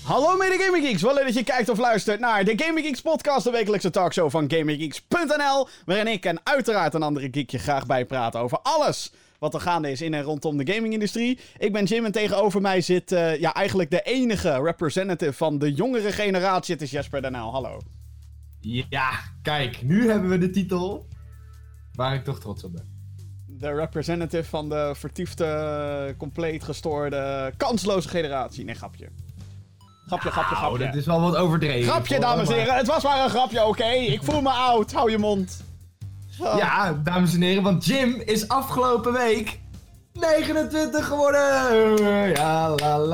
Hallo mede Gaming Geeks, wel leuk dat je kijkt of luistert naar de Gaming Geeks podcast, de wekelijkse talkshow van GamingGeeks.nl, waarin ik en uiteraard een andere geek je graag bijpraten over alles wat er gaande is in en rondom de gamingindustrie. Ik ben Jim en tegenover mij zit eigenlijk de enige representative van de jongere generatie. Het is Jesper Danel, hallo. Ja, kijk, nu hebben we de titel waar ik toch trots op ben. De representative van de vertiefde, compleet gestoorde, kansloze generatie. Nee, grapje. Grapje. Dat is wel wat overdreven. Grapje, dames en heren. Het was maar een grapje, oké? Ik voel me oud. Hou je mond. Oh. Ja, dames en heren, want Jim is afgelopen week 29 geworden. Ja,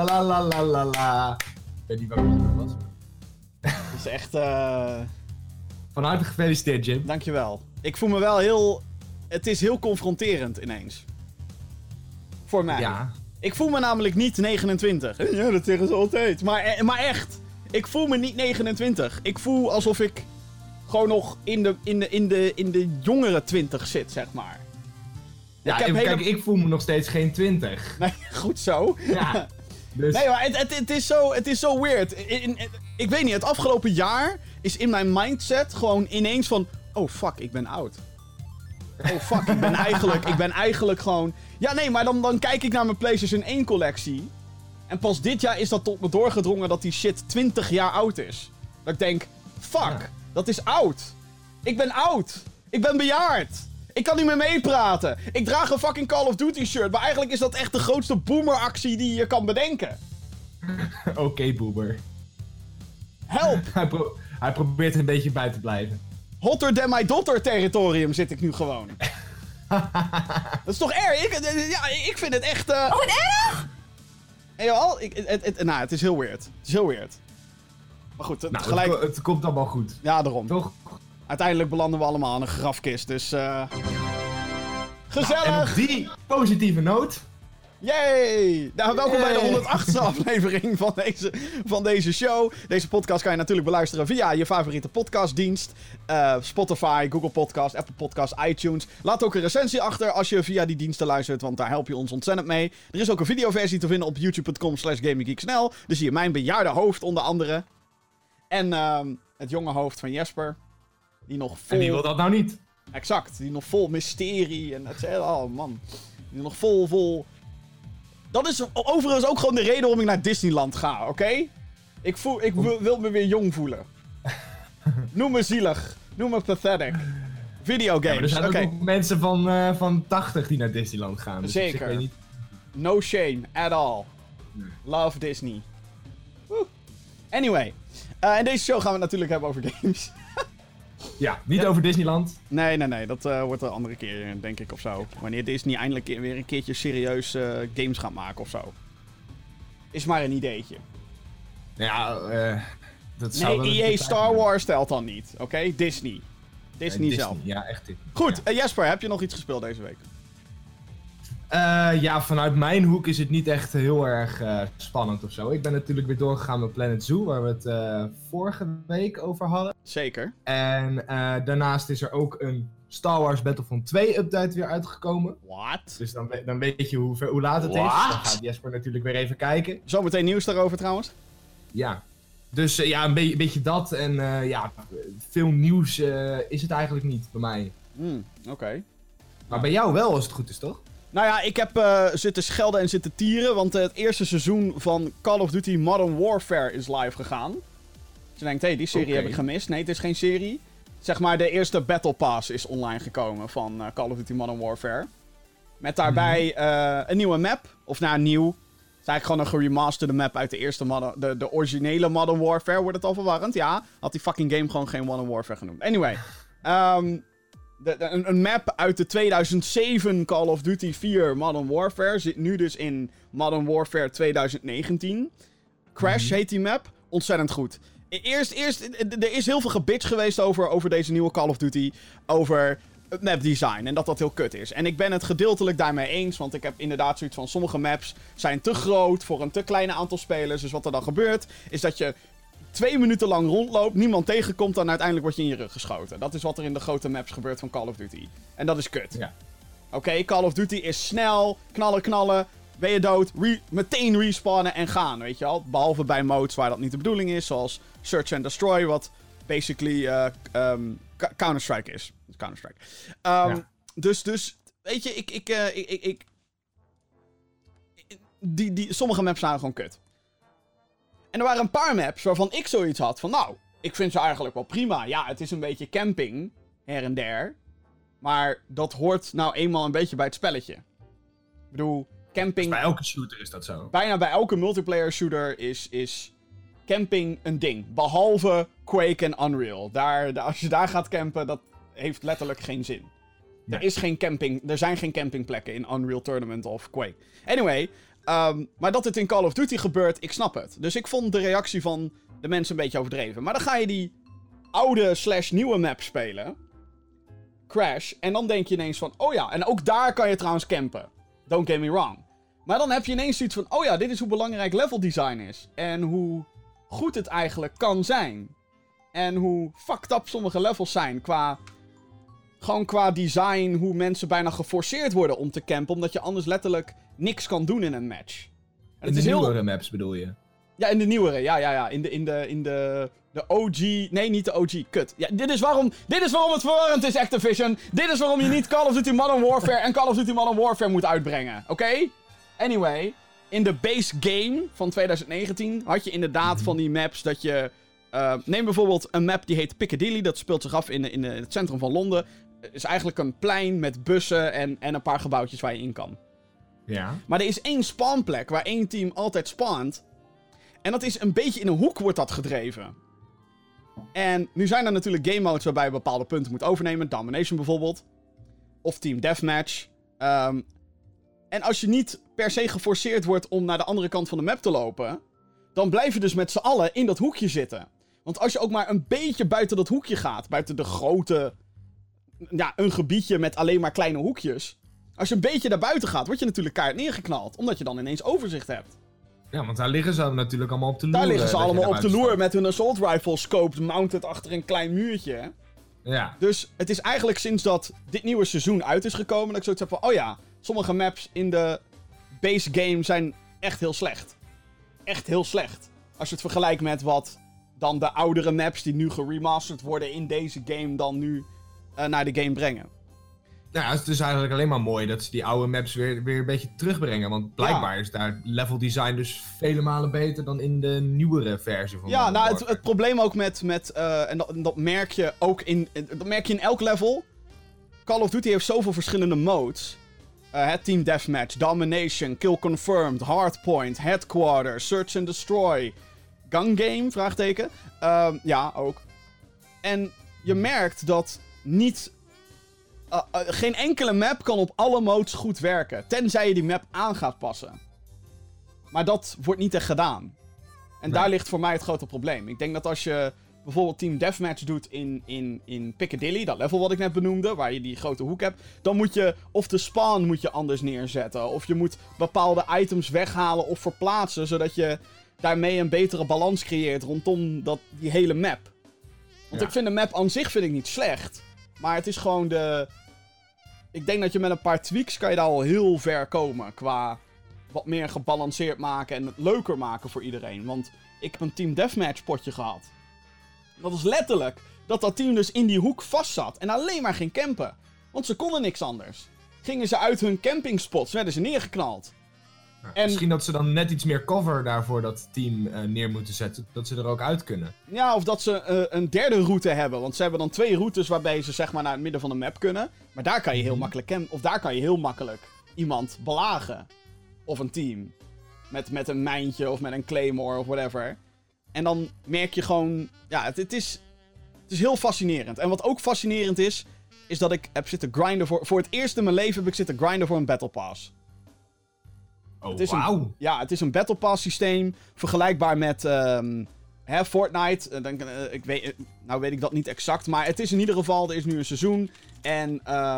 la. Ik weet niet waar het was. Dat is echt... Van harte gefeliciteerd, Jim. Dankjewel. Ik voel me wel heel... Het is heel confronterend ineens. Voor mij. Ja. Ik voel me namelijk niet 29. Ja, dat zeggen ze altijd. Maar echt. Ik voel me niet 29. Ik voel alsof ik gewoon nog in de jongere 20 zit, zeg maar. Ja, kijk, ik voel me nog steeds geen 20. Nee, goed zo. Ja. Dus... Nee, maar het is zo weird. Ik weet niet, het afgelopen jaar is in mijn mindset gewoon ineens van... Oh fuck, ik ben oud. Oh fuck, ik ben eigenlijk gewoon... Ja, nee, maar dan kijk ik naar mijn PlayStation 1 collectie. En pas dit jaar is dat tot me doorgedrongen dat die shit 20 jaar oud is. Dat ik denk, fuck, dat is oud. Ik ben oud. Ik ben bejaard. Ik kan niet meer meepraten. Ik draag een fucking Call of Duty shirt. Maar eigenlijk is dat echt de grootste boomeractie die je kan bedenken. Oké, boomer. Help. Hij probeert een beetje bij te blijven. Hotter than my daughter territorium zit ik nu gewoon. Dat is toch erg? Ik vind het echt... Oh, wat erg! En jawel, het is heel weird. Het is heel weird. Maar goed, gelijk... Het komt allemaal goed. Ja, daarom. Toch? Uiteindelijk belanden we allemaal aan een grafkist, dus... Gezellig! Nou, en op die positieve noot... Yay! Nou, welkom bij de 108e aflevering van deze show. Deze podcast kan je natuurlijk beluisteren via je favoriete podcastdienst. Spotify, Google Podcast, Apple Podcast, iTunes. Laat ook een recensie achter als je via die diensten luistert, want daar help je ons ontzettend mee. Er is ook een videoversie te vinden op youtube.com/gaminggeeksnl. Dus zie je mijn bejaarde hoofd onder andere. En het jonge hoofd van Jesper. Die nog vol... En wie wil dat nou niet? Exact, die nog vol mysterie en het... Oh man. Die nog vol... Dat is overigens ook gewoon de reden waarom ik naar Disneyland ga, oké? Ik wil me weer jong voelen. Noem me zielig. Noem me pathetic. Videogames, ja, er zijn ook mensen van 80 die naar Disneyland gaan. Dus zeker. Ik weet niet... No shame at all. Nee. Love Disney. Woe. Anyway. In deze show gaan we het natuurlijk hebben over games. Ja, niet over Disneyland. Nee. Dat wordt een andere keer, denk ik, of zo. Wanneer Disney eindelijk weer een keertje serieus games gaat maken of zo. Is maar een ideetje. Ja, dat zou wel... EA Star Wars telt dan niet, oké? Disney. Disney zelf. Ja, echt Disney. Goed, Jesper, heb je nog iets gespeeld deze week? Ja, vanuit mijn hoek is het niet echt heel erg spannend of zo. Ik ben natuurlijk weer doorgegaan met Planet Zoo, waar we het vorige week over hadden. Zeker. En daarnaast is er ook een Star Wars Battlefront 2 update weer uitgekomen. What? Dus dan weet je hoe laat het is. Dan gaat Jesper natuurlijk weer even kijken. Zometeen nieuws daarover trouwens. Ja. Dus ja, een beetje dat. En ja, veel nieuws is het eigenlijk niet bij mij. Oké. Maar bij jou wel, als het goed is, toch? Nou ja, ik heb zitten schelden en zitten tieren, want het eerste seizoen van Call of Duty Modern Warfare is live gegaan. Dus je denkt, hé, die serie heb ik gemist. Nee, het is geen serie. Zeg maar, de eerste Battle Pass is online gekomen van Call of Duty Modern Warfare. Met daarbij een nieuwe map. Of nou, nieuw. Het is eigenlijk gewoon een geremasterde map uit de eerste de originele Modern Warfare. Wordt het al verwarrend? Ja. Had die fucking game gewoon geen Modern Warfare genoemd. Anyway. Een map uit de 2007 Call of Duty 4 Modern Warfare zit nu dus in Modern Warfare 2019. Crash heet die map. Ontzettend goed. Er is heel veel gebitch geweest over deze nieuwe Call of Duty. Over het mapdesign en dat heel kut is. En ik ben het gedeeltelijk daarmee eens, want ik heb inderdaad zoiets van... Sommige maps zijn te groot voor een te klein aantal spelers. Dus wat er dan gebeurt, is dat je 2 minuten lang rondloopt, niemand tegenkomt en uiteindelijk word je in je rug geschoten. Dat is wat er in de grote maps gebeurt van Call of Duty. En dat is kut. Ja. Oké, Call of Duty is snel, knallen, ben je dood, meteen respawnen en gaan, weet je wel. Behalve bij modes waar dat niet de bedoeling is, zoals Search and Destroy, wat basically Counter-Strike is. Counter-Strike. Dus, weet je, sommige maps waren gewoon kut. En er waren een paar maps waarvan ik zoiets had van, nou, ik vind ze eigenlijk wel prima. Ja, het is een beetje camping, her en der. Maar dat hoort nou eenmaal een beetje bij het spelletje. Ik bedoel, camping... Dus bij elke shooter is dat zo. Bijna bij elke multiplayer shooter is camping een ding. Behalve Quake en Unreal. Als je daar gaat campen, dat heeft letterlijk geen zin. Nee. Er zijn geen campingplekken in Unreal Tournament of Quake. Anyway, maar dat het in Call of Duty gebeurt, ik snap het. Dus ik vond de reactie van de mensen een beetje overdreven. Maar dan ga je die oude/nieuwe map spelen. Crash. En dan denk je ineens van, oh ja, en ook daar kan je trouwens campen. Don't get me wrong. Maar dan heb je ineens zoiets van, oh ja, dit is hoe belangrijk level design is. En hoe goed het eigenlijk kan zijn. En hoe fucked up sommige levels zijn gewoon qua design, hoe mensen bijna geforceerd worden om te campen, omdat je anders letterlijk niks kan doen in een match. En in de nieuwere maps bedoel je? Ja, in de nieuwere, ja. In de OG... Nee, niet de OG. Kut. Ja, dit is waarom het verwarrend is, Activision. Dit is waarom je niet Call of Duty Modern Warfare en Call of Duty Modern Warfare moet uitbrengen. Oké? Anyway, in de base game van 2019 had je inderdaad van die maps dat je... neem bijvoorbeeld een map die heet Piccadilly. Dat speelt zich af in het centrum van Londen. Het is eigenlijk een plein met bussen en een paar gebouwtjes waar je in kan. Ja. Maar er is één spawnplek waar één team altijd spawnt. En dat is een beetje in een hoek wordt dat gedreven. En nu zijn er natuurlijk game modes waarbij je bepaalde punten moet overnemen. Domination bijvoorbeeld. Of Team Deathmatch. En als je niet per se geforceerd wordt om naar de andere kant van de map te lopen, dan blijf je dus met z'n allen in dat hoekje zitten. Want als je ook maar een beetje buiten dat hoekje gaat, buiten de grote... Ja, een gebiedje met alleen maar kleine hoekjes. Als je een beetje naar buiten gaat, word je natuurlijk keihard neergeknald. Omdat je dan ineens overzicht hebt. Ja, want daar liggen ze natuurlijk allemaal op de loer. Daar liggen ze allemaal op de loer met hun assault rifle scoped mounted achter een klein muurtje. Hè? Ja. Dus het is eigenlijk sinds dat dit nieuwe seizoen uit is gekomen, dat ik zoiets heb van, oh ja, sommige maps in de base game zijn echt heel slecht. Echt heel slecht. Als je het vergelijkt met wat dan de oudere maps die nu geremasterd worden in deze game dan nu naar de game brengen. Ja, het is eigenlijk alleen maar mooi dat ze die oude maps weer een beetje terugbrengen. Want blijkbaar is daar level design dus vele malen beter dan in de nieuwere versie van. Ja, nou het probleem ook en dat merk je ook in elk level. Call of Duty heeft zoveel verschillende modes. Team Deathmatch, Domination, Kill Confirmed, Hardpoint, Headquarter, Search and Destroy, Gun Game, vraagteken. Ja, ook. En je merkt dat geen enkele map kan op alle modes goed werken. Tenzij je die map aan gaat passen. Maar dat wordt niet echt gedaan. En daar ligt voor mij het grote probleem. Ik denk dat als je bijvoorbeeld Team Deathmatch doet in Piccadilly, dat level wat ik net benoemde, waar je die grote hoek hebt, dan moet je of de spawn moet je anders neerzetten. Of je moet bepaalde items weghalen of verplaatsen, zodat je daarmee een betere balans creëert rondom die hele map. Want ik vind de map aan zich niet slecht. Maar het is gewoon ik denk dat je met een paar tweaks kan je daar al heel ver komen. Qua wat meer gebalanceerd maken en het leuker maken voor iedereen. Want ik heb een Team Deathmatch potje gehad. Dat was letterlijk dat team dus in die hoek vast zat. En alleen maar ging campen. Want ze konden niks anders. Gingen ze uit hun campingspots, werden ze neergeknald. Ja, misschien dat ze dan net iets meer cover daarvoor dat team neer moeten zetten. Dat ze er ook uit kunnen. Ja, of dat ze een derde route hebben. Want ze hebben dan 2 routes waarbij ze zeg maar naar het midden van de map kunnen. Maar daar kan je heel makkelijk campen. Of daar kan je heel makkelijk iemand belagen. Of een team. Met een mijntje of met een claymore of whatever. En dan merk je gewoon... Ja, het is heel fascinerend. En wat ook fascinerend is dat ik heb zitten grinden voor het eerst in mijn leven heb ik zitten grinden voor een Battle Pass. Oh, wauw. Ja, het is een Battle Pass systeem. Vergelijkbaar met Fortnite. Nou weet ik dat niet exact. Maar het is in ieder geval, er is nu een seizoen. En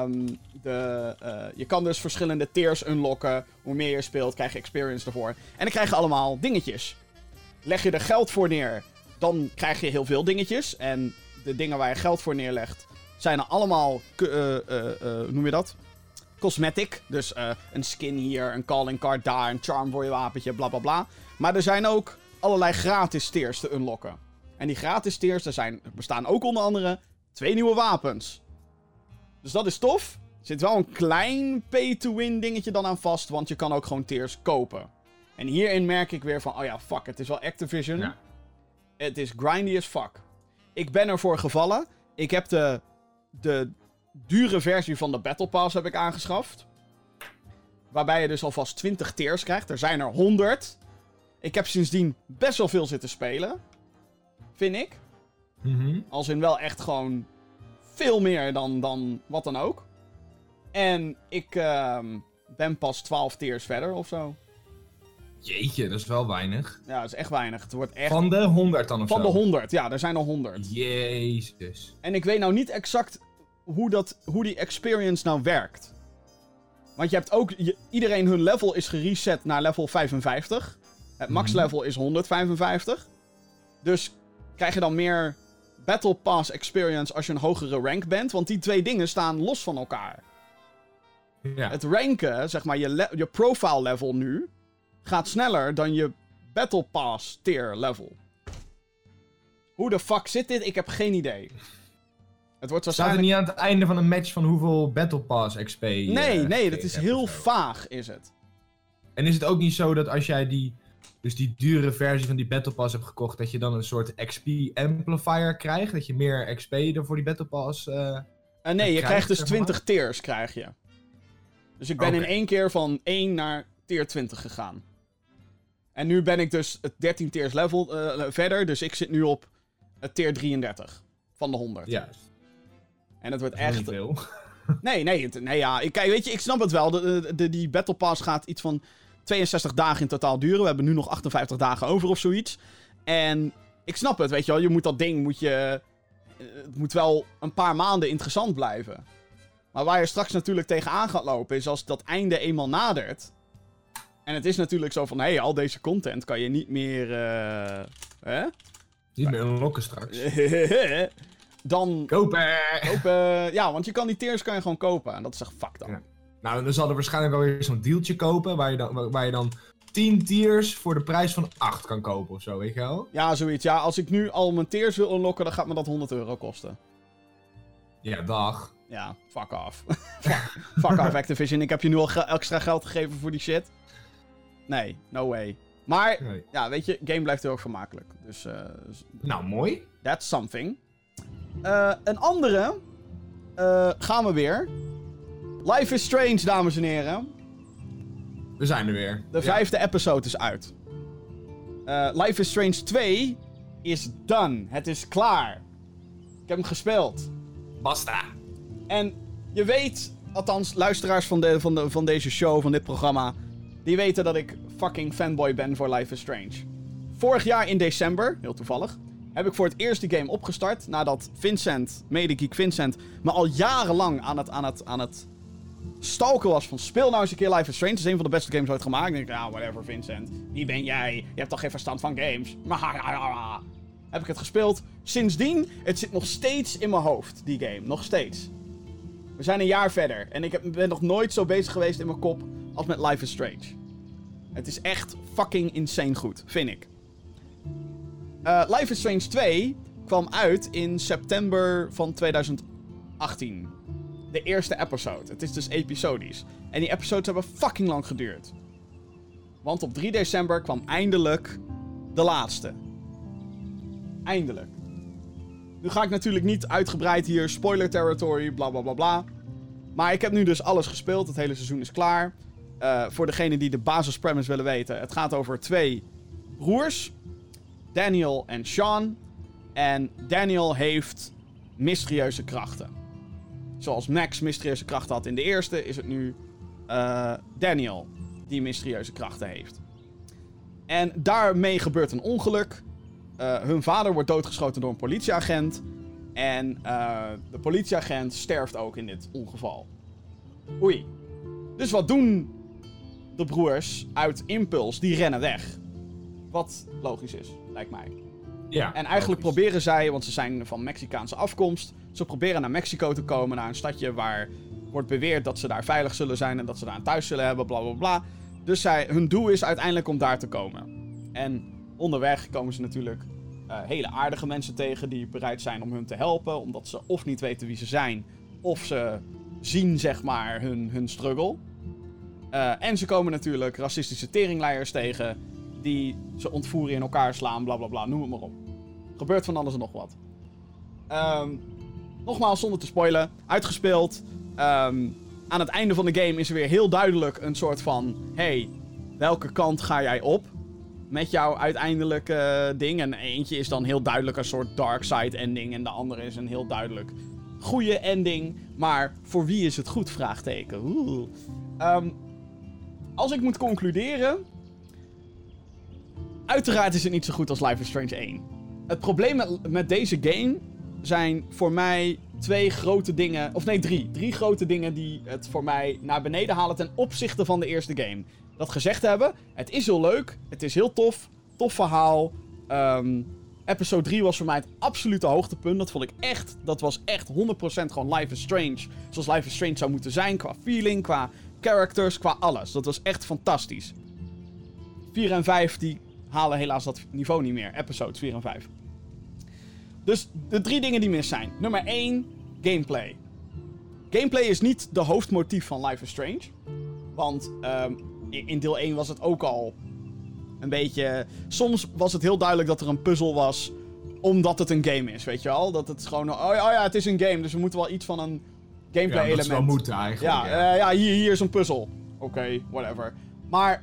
je kan dus verschillende tiers unlocken. Hoe meer je speelt, krijg je experience ervoor. En dan krijg je allemaal dingetjes. Leg je er geld voor neer, dan krijg je heel veel dingetjes. En de dingen waar je geld voor neerlegt, zijn er allemaal, hoe noem je dat? cosmetic. Dus een skin hier, een calling card daar, een charm voor je wapentje, bla bla bla. Maar er zijn ook allerlei gratis tiers te unlocken. En die gratis tiers, er bestaan ook onder andere 2 nieuwe wapens. Dus dat is tof. Er zit wel een klein pay-to-win dingetje dan aan vast, want je kan ook gewoon tiers kopen. En hierin merk ik weer van, oh ja, fuck, het is wel Activision. Ja. Het is grindy as fuck. Ik ben ervoor gevallen. Ik heb de dure versie van de Battle Pass heb ik aangeschaft. Waarbij je dus alvast 20 tiers krijgt. Er zijn er 100. Ik heb sindsdien best wel veel zitten spelen. Vind ik. Als in wel echt gewoon veel meer dan wat dan ook. En ik ben pas 12 tiers verder of zo. Jeetje, dat is wel weinig. Ja, dat is echt weinig. Het wordt echt... Van de 100 dan of Van zo? de 100, ja. Er zijn er 100. Jezus. En ik weet nou niet exact hoe die experience nou werkt. Want je hebt ook... iedereen hun level is gereset naar level 55. Het max level is 155. Dus krijg je dan meer Battle Pass experience als je een hogere rank bent. Want die 2 dingen staan los van elkaar. Ja. Het ranken, zeg maar, je profile level nu... gaat sneller dan je Battle Pass tier level. Hoe de fuck zit dit? Ik heb geen idee. Het wordt Staat er niet aan het einde van een match van hoeveel Battle Pass XP... Nee, dat is heel vaag, is het. En is het ook niet zo dat als jij die dure versie van die Battle Pass hebt gekocht, dat je dan een soort XP amplifier krijgt? Dat je meer XP er voor die Battle Pass nee, je krijgt dus 20 tiers, krijg je. Dus ik ben in 1 keer van 1 naar tier 20 gegaan. En nu ben ik dus het 13 tiers level verder, dus ik zit nu op het tier 33 van de 100. Juist. En het wordt dat is echt... niet veel. Nee, ja. Kijk, weet je, ik snap het wel. Die Battle Pass gaat iets van 62 dagen in totaal duren. We hebben nu nog 58 dagen over of zoiets. En ik snap het, weet je wel. Je moet dat ding, het moet wel een paar maanden interessant blijven. Maar waar je straks natuurlijk tegenaan gaat lopen, is als dat einde eenmaal nadert. En het is natuurlijk zo van, al deze content kan je niet meer... Niet meer unlocken straks. Dan... Kopen! Ja, want die tiers kan je gewoon kopen. En dat is echt fuck dan. Ja. Nou, dan zal er waarschijnlijk wel weer zo'n dealtje kopen, waar je dan 10 tiers voor de prijs van 8 kan kopen of zo, weet je wel? Ja, zoiets. Ja, als ik nu al mijn tiers wil unlocken, dan gaat me dat €100 kosten. Ja, dag. Ja, fuck off. Fuck off, Activision. Ik heb je nu al extra geld gegeven voor die shit. Nee, no way. Maar, ja, weet je, game blijft heel erg vermakelijk. Dus, nou, mooi. That's something. Een andere gaan we weer. Life is Strange, dames en heren. We zijn er weer. De 5e episode is uit. Life is Strange 2 is done. Het is klaar. Ik heb hem gespeeld. Basta. En je weet, althans luisteraars van deze show, van dit programma, die weten dat ik fucking fanboy ben voor Life is Strange. Vorig jaar in december, heel toevallig, heb ik voor het eerst die game opgestart. Nadat Vincent, medegeek Vincent, me al jarenlang aan het stalken was van speel nou eens een keer Life is Strange. Het is een van de beste games ooit gemaakt. En ik dacht, whatever Vincent. Wie ben jij? Je hebt toch geen verstand van games? Heb ik het gespeeld. Sindsdien, het zit nog steeds in mijn hoofd, die game. Nog steeds. We zijn een jaar verder. En ik ben nog nooit zo bezig geweest in mijn kop als met Life is Strange. Het is echt fucking insane goed, vind ik. Life is Strange 2 kwam uit in september van 2018. De eerste episode. Het is dus episodisch. En die episodes hebben fucking lang geduurd. Want op 3 december kwam eindelijk de laatste. Eindelijk. Nu ga ik natuurlijk niet uitgebreid hier spoiler territory, bla bla bla bla. Maar ik heb nu dus alles gespeeld. Het hele seizoen is klaar. Voor degenen die de basispremise willen weten. Het gaat over 2 broers. Daniel en Sean. En Daniel heeft mysterieuze krachten. Zoals Max mysterieuze krachten had in de eerste, is het nu Daniel die mysterieuze krachten heeft. En daarmee gebeurt een ongeluk. Hun vader wordt doodgeschoten door een politieagent. En de politieagent sterft ook in dit ongeval. Oei. Dus wat doen de broers uit impuls? Die rennen weg. Wat logisch is, lijkt mij. Ja, en eigenlijk proberen zij, want ze zijn van Mexicaanse afkomst, ze proberen naar Mexico te komen, naar een stadje waar wordt beweerd dat ze daar veilig zullen zijn en dat ze daar een thuis zullen hebben, bla bla bla. Dus hun doel is uiteindelijk om daar te komen. En onderweg komen ze natuurlijk hele aardige mensen tegen die bereid zijn om hun te helpen, omdat ze of niet weten wie ze zijn, of ze zien, zeg maar, hun struggle. En ze komen natuurlijk racistische teringleiers tegen die ze ontvoeren, in elkaar slaan, bla bla bla, noem het maar op. Gebeurt van alles en nog wat. Nogmaals, zonder te spoilen, uitgespeeld. Aan het einde van de game is er weer heel duidelijk een soort van... Hey, welke kant ga jij op? Met jouw uiteindelijke ding. En eentje is dan heel duidelijk een soort dark side ending. En de andere is een heel duidelijk goede ending. Maar voor wie is het goed? Vraagteken. Als ik moet concluderen... Uiteraard is het niet zo goed als Life is Strange 1. Het probleem met deze game zijn voor mij twee grote dingen... Of nee, drie. Drie grote dingen die het voor mij naar beneden halen ten opzichte van de eerste game. Dat gezegd hebben, het is heel leuk. Het is heel tof. Tof verhaal. Episode 3 was voor mij het absolute hoogtepunt. Dat vond ik echt... Dat was echt 100% gewoon Life is Strange. Zoals Life is Strange zou moeten zijn. Qua feeling, qua characters, qua alles. Dat was echt fantastisch. 4 en 5, die halen helaas dat niveau niet meer. Episodes 4 en 5. Dus de drie dingen die mis zijn. Nummer 1, gameplay. Gameplay is niet de hoofdmotief van Life is Strange. Want in deel 1 was het ook al een beetje... Soms was het heel duidelijk dat er een puzzel was, omdat het een game is, weet je wel? Dat het gewoon... Oh ja, het is een game, dus we moeten wel iets van een gameplay element... Ja, dat wel moeten eigenlijk. Ja, hier is een puzzel. Oké, whatever. Maar...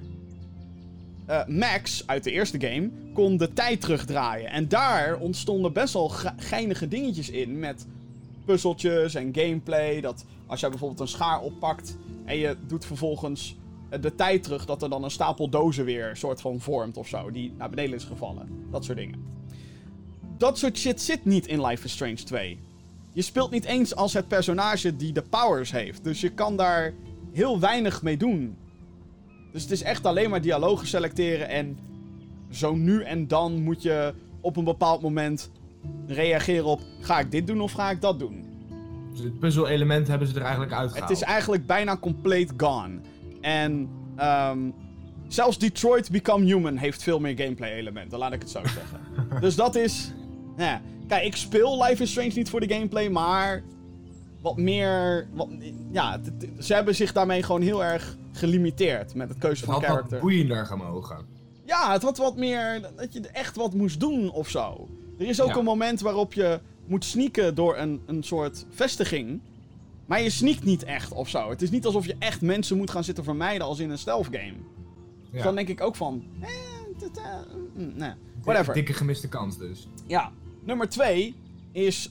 Max, uit de eerste game, kon de tijd terugdraaien. En daar ontstonden best wel geinige dingetjes in. Met puzzeltjes en gameplay. Dat als jij bijvoorbeeld een schaar oppakt en je doet vervolgens de tijd terug, dat er dan een stapel dozen weer soort van vormt of zo. Die naar beneden is gevallen. Dat soort dingen. Dat soort shit zit niet in Life is Strange 2. Je speelt niet eens als het personage die de powers heeft. Dus je kan daar heel weinig mee doen. Dus het is echt alleen maar dialogen selecteren en zo nu en dan moet je op een bepaald moment reageren op... Ga ik dit doen of ga ik dat doen? Dus het puzzel-element hebben ze er eigenlijk uitgehaald. Het is eigenlijk bijna compleet gone. En zelfs Detroit Become Human heeft veel meer gameplay-elementen, laat ik het zo zeggen. Dus dat is... Ja. Kijk, ik speel Life is Strange niet voor de gameplay, maar... Wat meer... ze hebben zich daarmee gewoon heel erg gelimiteerd met het keuze van character. Het had wat boeiender gemogen. Ja, het had wat meer... Dat je echt wat moest doen of zo. Er is ook een moment waarop je moet sneaken door een soort vestiging. Maar je sneakt niet echt of zo. Het is niet alsof je echt mensen moet gaan zitten vermijden als in een stealth game. Ja. Dus dan denk ik ook van... nee, whatever. Dikke gemiste kans dus. Ja. Nummer 2 is...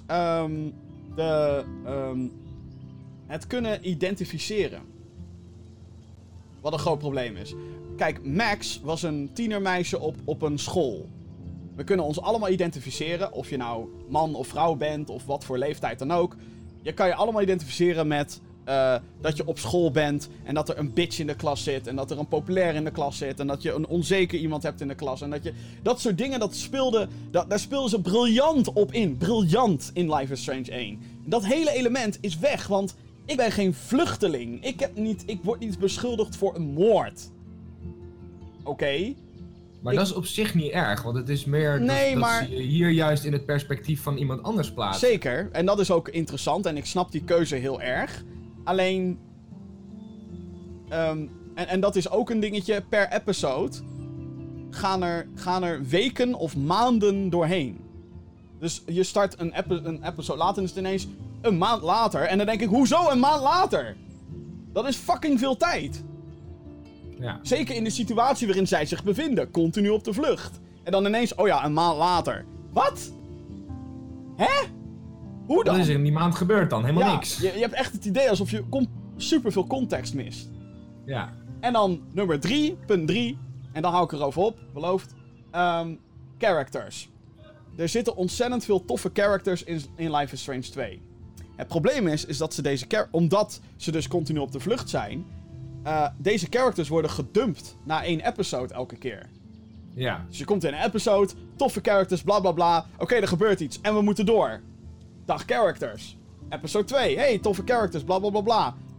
het kunnen identificeren. Wat een groot probleem is. Kijk, Max was een tienermeisje op een school. We kunnen ons allemaal identificeren. Of je nou man of vrouw bent, of wat voor leeftijd dan ook. Je kan je allemaal identificeren met dat je op school bent. En dat er een bitch in de klas zit. En dat er een populair in de klas zit. En dat je een onzeker iemand hebt in de klas. En dat je... Dat soort dingen, daar speelden ze briljant op in. Briljant in Life is Strange 1. Dat hele element is weg, want ik ben geen vluchteling. Ik word niet beschuldigd voor een moord. Oké. Maar dat is op zich niet erg, want het is meer dat ze je hier juist in het perspectief van iemand anders plaatsen. Zeker, en dat is ook interessant en ik snap die keuze heel erg. Alleen... En dat is ook een dingetje, per episode gaan er weken of maanden doorheen. Dus je start een episode later en is het ineens een maand later. En dan denk ik, hoezo een maand later? Dat is fucking veel tijd. Ja. Zeker in de situatie waarin zij zich bevinden. Continu op de vlucht. En dan ineens, oh ja, een maand later. Wat? Hè? Hoe dan? Wat is er in die maand gebeurd dan? Helemaal niks. Je hebt echt het idee alsof je superveel context mist. Ja. En dan nummer 3, punt 3. En dan hou ik erover op, beloofd. Characters. Er zitten ontzettend veel toffe characters in Life is Strange 2. Het probleem is dat ze omdat ze dus continu op de vlucht zijn... deze characters worden gedumpt na 1 episode elke keer. Ja. Dus je komt in een episode, toffe characters, bla bla bla. Oké, er gebeurt iets en we moeten door. Dag characters. Episode 2, hey, toffe characters, bla bla bla bla.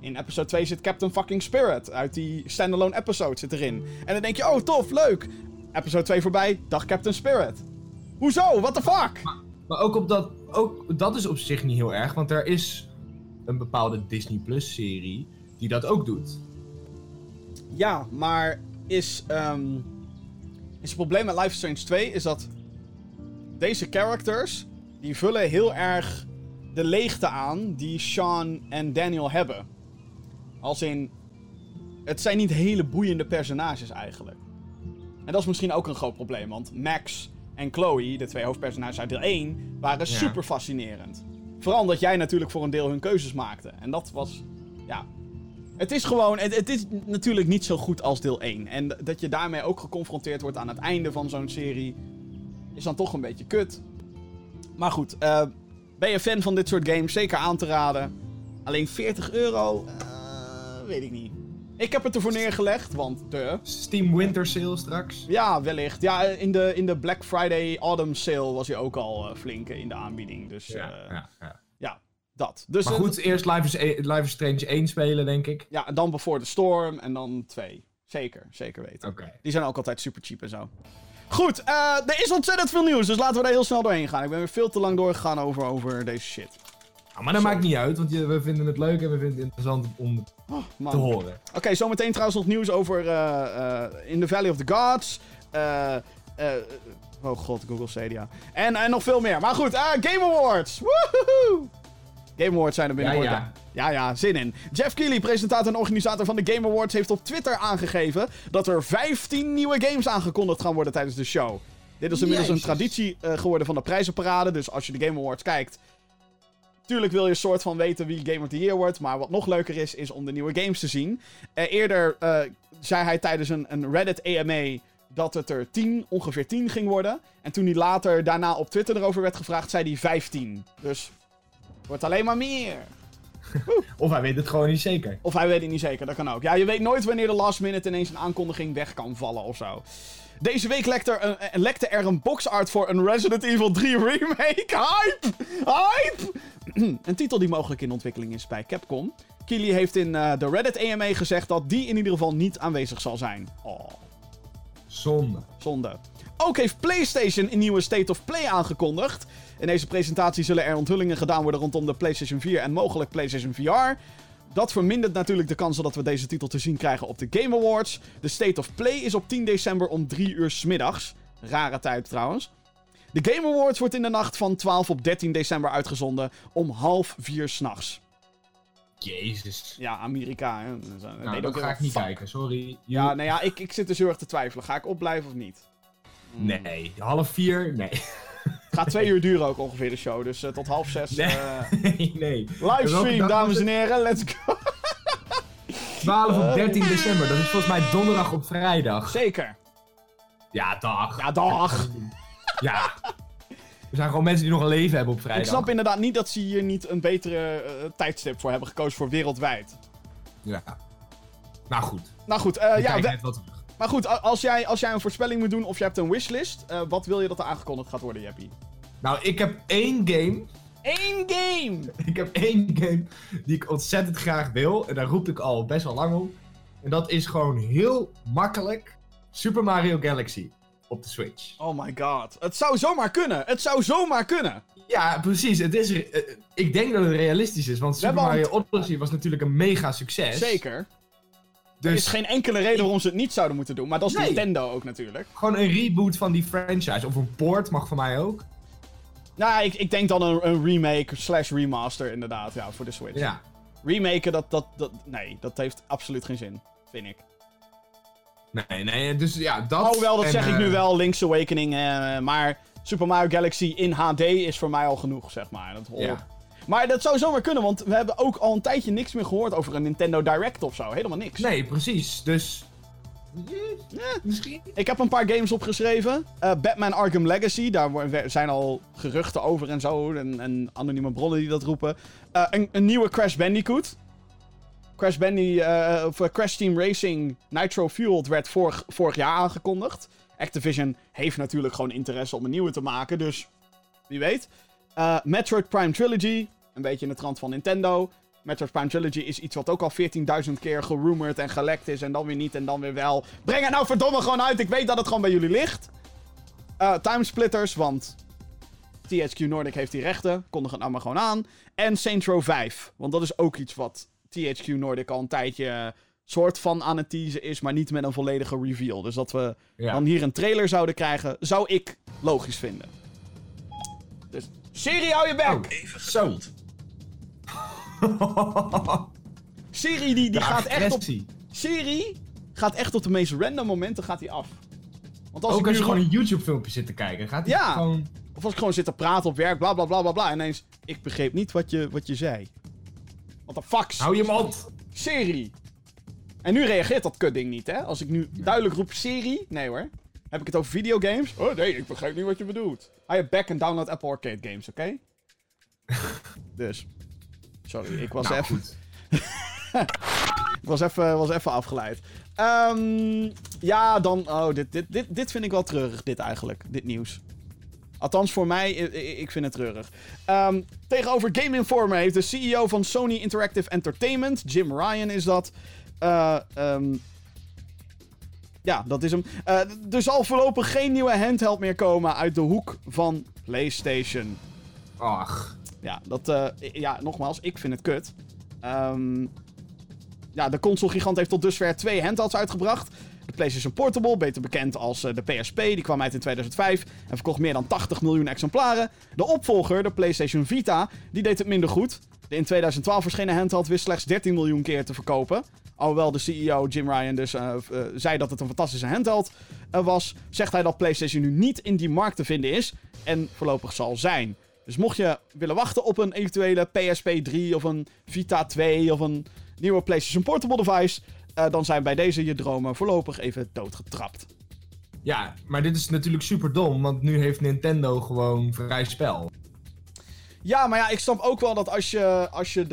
In episode 2 zit Captain fucking Spirit. Uit die standalone episode zit erin. En dan denk je, oh tof, leuk. Episode 2 voorbij, dag Captain Spirit. Hoezo? What the fuck? Maar ook dat is op zich niet heel erg, want er is een bepaalde Disney Plus serie die dat ook doet. Ja, maar is het probleem met Life is Strange 2 is dat deze characters, die vullen heel erg de leegte aan die Sean en Daniel hebben. Als in, het zijn niet hele boeiende personages eigenlijk. En dat is misschien ook een groot probleem, want Max en Chloe, de 2 hoofdpersonages uit deel 1, waren super fascinerend. Vooral omdat jij natuurlijk voor een deel hun keuzes maakte. En dat was, ja... Het is gewoon, het is natuurlijk niet zo goed als deel 1. En dat je daarmee ook geconfronteerd wordt aan het einde van zo'n serie, is dan toch een beetje kut. Maar goed, ben je fan van dit soort games? Zeker aan te raden. Alleen €40? Weet ik niet. Ik heb het ervoor neergelegd, want Steam Winter Sale straks. Ja, wellicht. Ja, in de Black Friday Autumn Sale was hij ook al flink in de aanbieding. Dus ja, dat. Dus, maar goed, eerst Life is Strange 1 spelen, denk ik. Ja, en dan Before the Storm en dan 2. Zeker weten. Okay. Die zijn ook altijd super cheap en zo. Goed, er is ontzettend veel nieuws, dus laten we daar heel snel doorheen gaan. Ik ben weer veel te lang doorgegaan over deze shit. Nou, maar dat maakt niet uit, want we vinden het leuk en we vinden het interessant om te horen. Oké, zometeen trouwens nog nieuws over In the Valley of the Gods. Oh god, Google Stadia. En nog veel meer. Maar goed, Game Awards! Woehoe! Game Awards zijn er binnenkort. Ja, zin in. Jeff Keighley, presentator en organisator van de Game Awards, heeft op Twitter aangegeven dat er 15 nieuwe games aangekondigd gaan worden tijdens de show. Dit is inmiddels een traditie geworden van de prijzenparade, dus als je de Game Awards kijkt, tuurlijk wil je een soort van weten wie Game of the Year wordt, maar wat nog leuker is om de nieuwe games te zien. Eerder zei hij tijdens een Reddit AMA dat het er ongeveer 10 ging worden. En toen hij later daarna op Twitter erover werd gevraagd, zei hij 15. Dus het wordt alleen maar meer. Of hij weet het gewoon niet zeker. Of hij weet het niet zeker, dat kan ook. Ja, je weet nooit wanneer de last minute ineens een aankondiging weg kan vallen of zo. Deze week lekte er een boxart voor een Resident Evil 3 remake. Hype! Een titel die mogelijk in ontwikkeling is bij Capcom. Keighley heeft in de Reddit AMA gezegd dat die in ieder geval niet aanwezig zal zijn. Oh. Zonde. Ook heeft PlayStation een nieuwe State of Play aangekondigd. In deze presentatie zullen er onthullingen gedaan worden rondom de PlayStation 4 en mogelijk PlayStation VR. Dat vermindert natuurlijk de kans dat we deze titel te zien krijgen op de Game Awards. De State of Play is op 10 december om 3 uur 's middags. Rare tijd trouwens. De Game Awards wordt in de nacht van 12 op 13 december uitgezonden om 3:30 's nachts. Jezus. Ja, Amerika. Hè. Nou, dat ga ik niet kijken, sorry. Ja, nou ja, ik zit dus heel erg te twijfelen. Ga ik opblijven of niet? Nee, 3:30? Nee. Het gaat 2 uur duren ook ongeveer de show, dus tot 5:30. Nee. Livestream, dames en heren, let's go. 12 op 13 december, dat is volgens mij donderdag op vrijdag. Zeker. Ja, dag. Ja, dag. Ja. Er zijn gewoon mensen die nog een leven hebben op vrijdag. Ik snap inderdaad niet dat ze hier niet een betere tijdstip voor hebben gekozen voor wereldwijd. Ja. Nou goed. Ja, maar goed, als jij een voorspelling moet doen of je hebt een wishlist, wat wil je dat er aangekondigd gaat worden, Jeppie? Nou, ik heb 1 game. 1 game! Ik heb 1 game die ik ontzettend graag wil. En daar roep ik al best wel lang op. En dat is gewoon heel makkelijk Super Mario Galaxy op de Switch. Oh my god. Het zou zomaar kunnen. Ja, precies. Ik denk dat het realistisch is. Want Super Mario Odyssey was natuurlijk een mega succes. Zeker. Dus er is geen enkele reden waarom ze het niet zouden moeten doen. Maar dat is Nintendo ook natuurlijk. Gewoon een reboot van die franchise. Of een port mag voor mij ook. Nou, ik denk dan een remake / remaster inderdaad, ja, voor de Switch. Ja. Remaken, dat heeft absoluut geen zin, vind ik. Nee, dus ja, dat... Oh wel, dat zeg ik nu wel, Link's Awakening, maar Super Mario Galaxy in HD is voor mij al genoeg, zeg maar. Ja. Maar dat zou zomaar kunnen, want we hebben ook al een tijdje niks meer gehoord over een Nintendo Direct of zo. Helemaal niks. Nee, precies. Dus... misschien. Ik heb een paar games opgeschreven. Batman Arkham Legacy, daar zijn al geruchten over en zo. En anonieme bronnen die dat roepen. Een nieuwe Crash Bandicoot. Crash Team Racing Nitro Fueled werd vorig jaar aangekondigd. Activision heeft natuurlijk gewoon interesse om een nieuwe te maken, dus wie weet. Metroid Prime Trilogy, een beetje in de trant van Nintendo. Metroid Prime Trilogy is iets wat ook al 14.000 keer gerumored en gelekt is. En dan weer niet en dan weer wel. Breng het nou verdomme gewoon uit. Ik weet dat het gewoon bij jullie ligt. Timesplitters, want THQ Nordic heeft die rechten. Kondig het nou maar gewoon aan. En Saints Row 5. Want dat is ook iets wat THQ Nordic al een tijdje soort van aan het teasen is. Maar niet met een volledige reveal. Dus dat we dan hier een trailer zouden krijgen, zou ik logisch vinden. Dus, Siri, hou je bek! Even geduld. Siri, die gaat echt op... Siri gaat echt op de meest random momenten gaat hij af. Want als ook ik als nu je gewoon een YouTube-filmpje zit te kijken, gaat hij gewoon... Of als ik gewoon zit te praten op werk, bla bla bla bla bla. En ineens, ik begreep niet wat je zei. What the fuck? Hou je mond! Siri. En nu reageert dat kutding niet, hè? Als ik nu duidelijk roep Siri... Nee hoor. Heb ik het over videogames? Oh nee, ik begrijp niet wat je bedoelt. Hou je back en download Apple Arcade games, oké? Dus. Sorry, ik was even... ik was even afgeleid. Ja, dan... Oh, dit vind ik wel treurig, dit eigenlijk. Dit nieuws. Althans, voor mij, ik vind het treurig. Tegenover Game Informer heeft de CEO van Sony Interactive Entertainment, Jim Ryan is dat... ja, dat is hem. Er zal voorlopig geen nieuwe handheld meer komen uit de hoek van PlayStation. Ach. Ja, ja, nogmaals, ik vind het kut. Ja, de consolegigant heeft tot dusver 2 handhelds uitgebracht. De PlayStation Portable, beter bekend als de PSP, die kwam uit in 2005 en verkocht meer dan 80 miljoen exemplaren. De opvolger, de PlayStation Vita, die deed het minder goed. De in 2012 verschenen handheld wist slechts 13 miljoen keer te verkopen. Alhoewel de CEO Jim Ryan dus zei dat het een fantastische handheld was, zegt hij dat PlayStation nu niet in die markt te vinden is en voorlopig zal zijn. Dus mocht je willen wachten op een eventuele PSP 3 of een Vita 2 of een nieuwe PlayStation Portable device, dan zijn bij deze je dromen voorlopig even doodgetrapt. Ja, maar dit is natuurlijk super dom, want nu heeft Nintendo gewoon vrij spel. Ja, maar ja, ik snap ook wel dat als je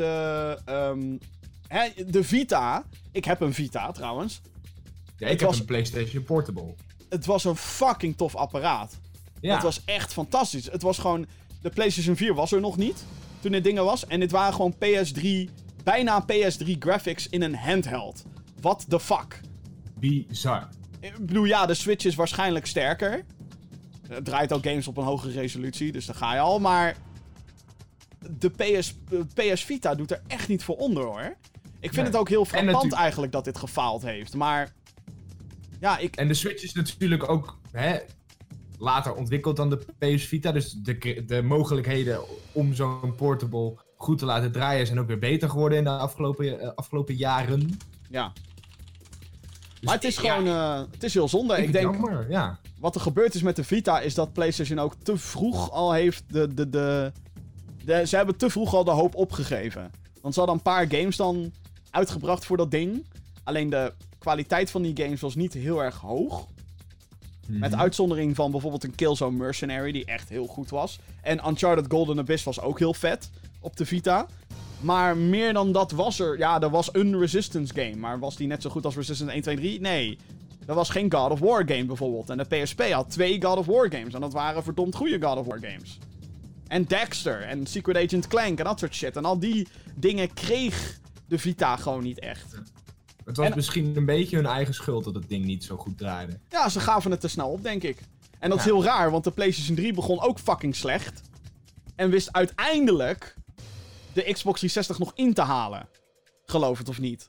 de Vita... Ik heb een Vita, trouwens. Ja, ik heb een PlayStation Portable. Het was een fucking tof apparaat. Ja. Het was echt fantastisch. Het was gewoon... De PlayStation 4 was er nog niet toen dit dingen was. En dit waren gewoon PS3... Bijna PS3 graphics in een handheld. What the fuck? Bizar. Ik bedoel, ja, de Switch is waarschijnlijk sterker. Het draait ook games op een hogere resolutie, dus daar ga je al. Maar de PS Vita doet er echt niet voor onder, hoor. Ik vind het ook heel frappant eigenlijk dat dit gefaald heeft, maar... Ja, En de Switch is natuurlijk ook later ontwikkeld dan de PS Vita. Dus de mogelijkheden om zo'n portable goed te laten draaien zijn ook weer beter geworden in de afgelopen jaren. Ja. Dus maar het is gewoon... het is heel zonde. Ik denk... Jammer, ja. Wat er gebeurd is met de Vita is dat PlayStation ook te vroeg al heeft ze hebben te vroeg al de hoop opgegeven. Want ze hadden een paar games dan uitgebracht voor dat ding. Alleen de kwaliteit van die games was niet heel erg hoog. Met uitzondering van bijvoorbeeld een Killzone Mercenary, die echt heel goed was. En Uncharted Golden Abyss was ook heel vet op de Vita. Maar meer dan dat was er... Ja, er was een Resistance game. Maar was die net zo goed als Resistance 1, 2, 3? Nee. Er was geen God of War game bijvoorbeeld. En de PSP had 2 God of War games. En dat waren verdomd goede God of War games. En Dexter en Secret Agent Clank en dat soort shit. En al die dingen kreeg de Vita gewoon niet echt. Het was misschien een beetje hun eigen schuld dat het ding niet zo goed draaide. Ja, ze gaven het te snel op, denk ik. En dat is heel raar, want de PlayStation 3 begon ook fucking slecht. En wist uiteindelijk de Xbox 360 nog in te halen. Geloof het of niet.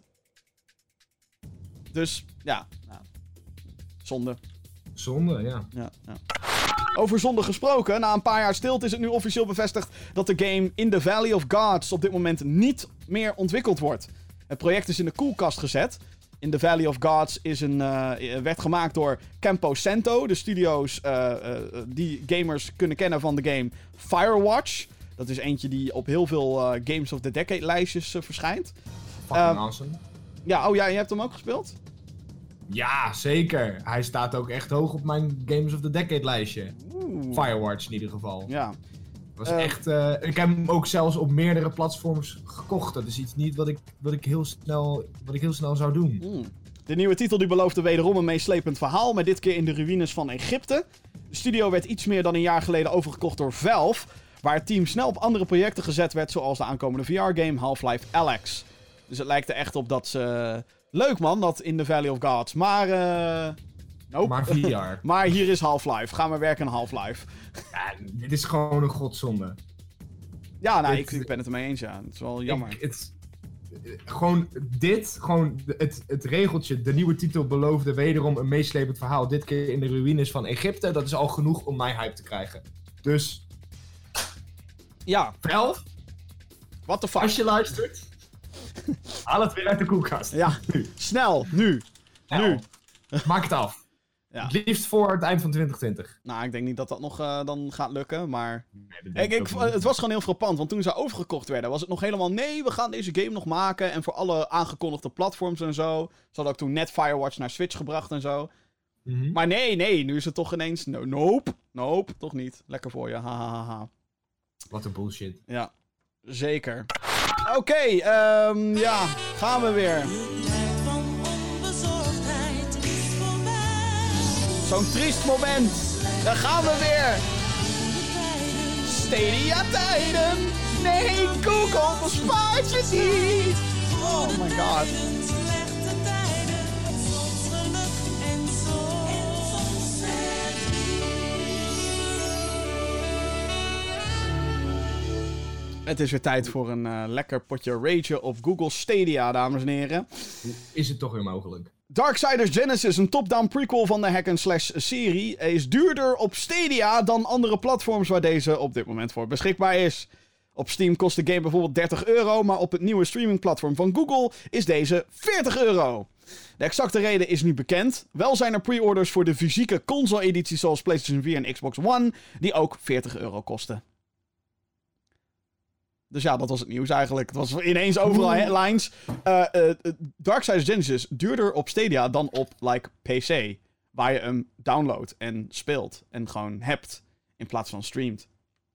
Dus, ja. Zonde. Zonde, ja. Over zonde gesproken, na een paar jaar stilte is het nu officieel bevestigd dat de game In the Valley of Gods op dit moment niet meer ontwikkeld wordt. Het project is in de koelkast gezet. In the Valley of Gods werd gemaakt door Campo Santo, de studio's die gamers kunnen kennen van de game Firewatch. Dat is eentje die op heel veel Games of the Decade lijstjes verschijnt. Fucking awesome. Ja, oh ja, je hebt hem ook gespeeld? Ja, zeker. Hij staat ook echt hoog op mijn Games of the Decade lijstje. Firewatch in ieder geval. Ja. Was echt, ik heb hem ook zelfs op meerdere platforms gekocht. Dat is iets niet wat ik heel snel zou doen. De nieuwe titel die beloofde wederom een meeslepend verhaal, maar dit keer in de ruïnes van Egypte. De studio werd iets meer dan een jaar geleden overgekocht door Valve. waar het team snel op andere projecten gezet werd, zoals de aankomende VR-game Half-Life Alyx. Dus het lijkt er echt op dat ze... Leuk man, dat in the Valley of Gods, maar... Nope. Maar VR. Maar hier is Half-Life. Gaan we werken aan Half-Life. Ja, dit is gewoon een godzonde. Ja, nou, ik ben het ermee eens, ja. Het is wel jammer. Gewoon het regeltje, de nieuwe titel beloofde wederom een meeslepend verhaal. Dit keer in de ruïnes van Egypte. Dat is al genoeg om mij hype te krijgen. Dus... Ja. Valve, What the fuck? als je luistert, haal het weer uit de koelkast. Ja, snel, nu. Nu. Maak het af. Ja. Het liefst voor het eind van 2020. Nou, ik denk niet dat dat nog dan gaat lukken, maar... Nee, Het was gewoon heel frappant, want toen ze overgekocht werden, was het nog helemaal... Nee, we gaan deze game nog maken en voor alle aangekondigde platforms en zo. Ze hadden ook toen net Firewatch naar Switch gebracht en zo. Maar nee, nu is het toch ineens... Nope, toch niet. Lekker voor je, hahaha. Wat een bullshit. Ja, zeker. Oké, ja, gaan we weer. Zo'n triest moment. Daar gaan we weer. Stadia-tijden. Nee, Google, bespaart je niet. Oh my god. Het is weer tijd voor een lekker potje ragen op Google Stadia, dames en heren. Is het toch weer mogelijk? Darksiders Genesis, een top-down prequel van de hack-and-slash-serie, is duurder op Stadia dan andere platforms waar deze op dit moment voor beschikbaar is. Op Steam kost de game bijvoorbeeld €30, maar op het nieuwe streamingplatform van Google is deze €40. De exacte reden is niet bekend. Wel zijn er pre-orders voor de fysieke console-edities zoals PlayStation 4 en Xbox One, die ook €40 kosten. Dus ja, dat was het nieuws eigenlijk. Het was ineens overal headlines. Darksiders Genesis duurder op Stadia dan op PC. Waar je hem downloadt en speelt. En gewoon hebt. In plaats van streamt.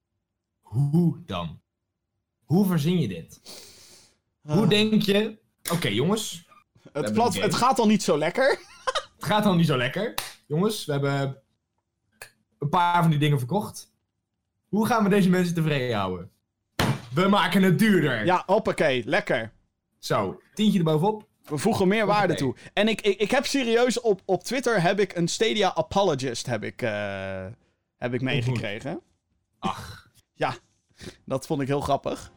Hoe dan? Hoe verzin je dit? Hoe denk je... Oké, jongens. Het gaat al niet zo lekker. Het gaat al niet zo lekker. Jongens, we hebben een paar van die dingen verkocht. Hoe gaan we deze mensen tevreden houden? We maken het duurder. Ja, hoppakee. Lekker. Zo, tientje erbovenop. We voegen meer waarde toe. En ik heb serieus op Twitter heb ik een Stadia apologist heb ik meegekregen. Ach. Ja, dat vond ik heel grappig.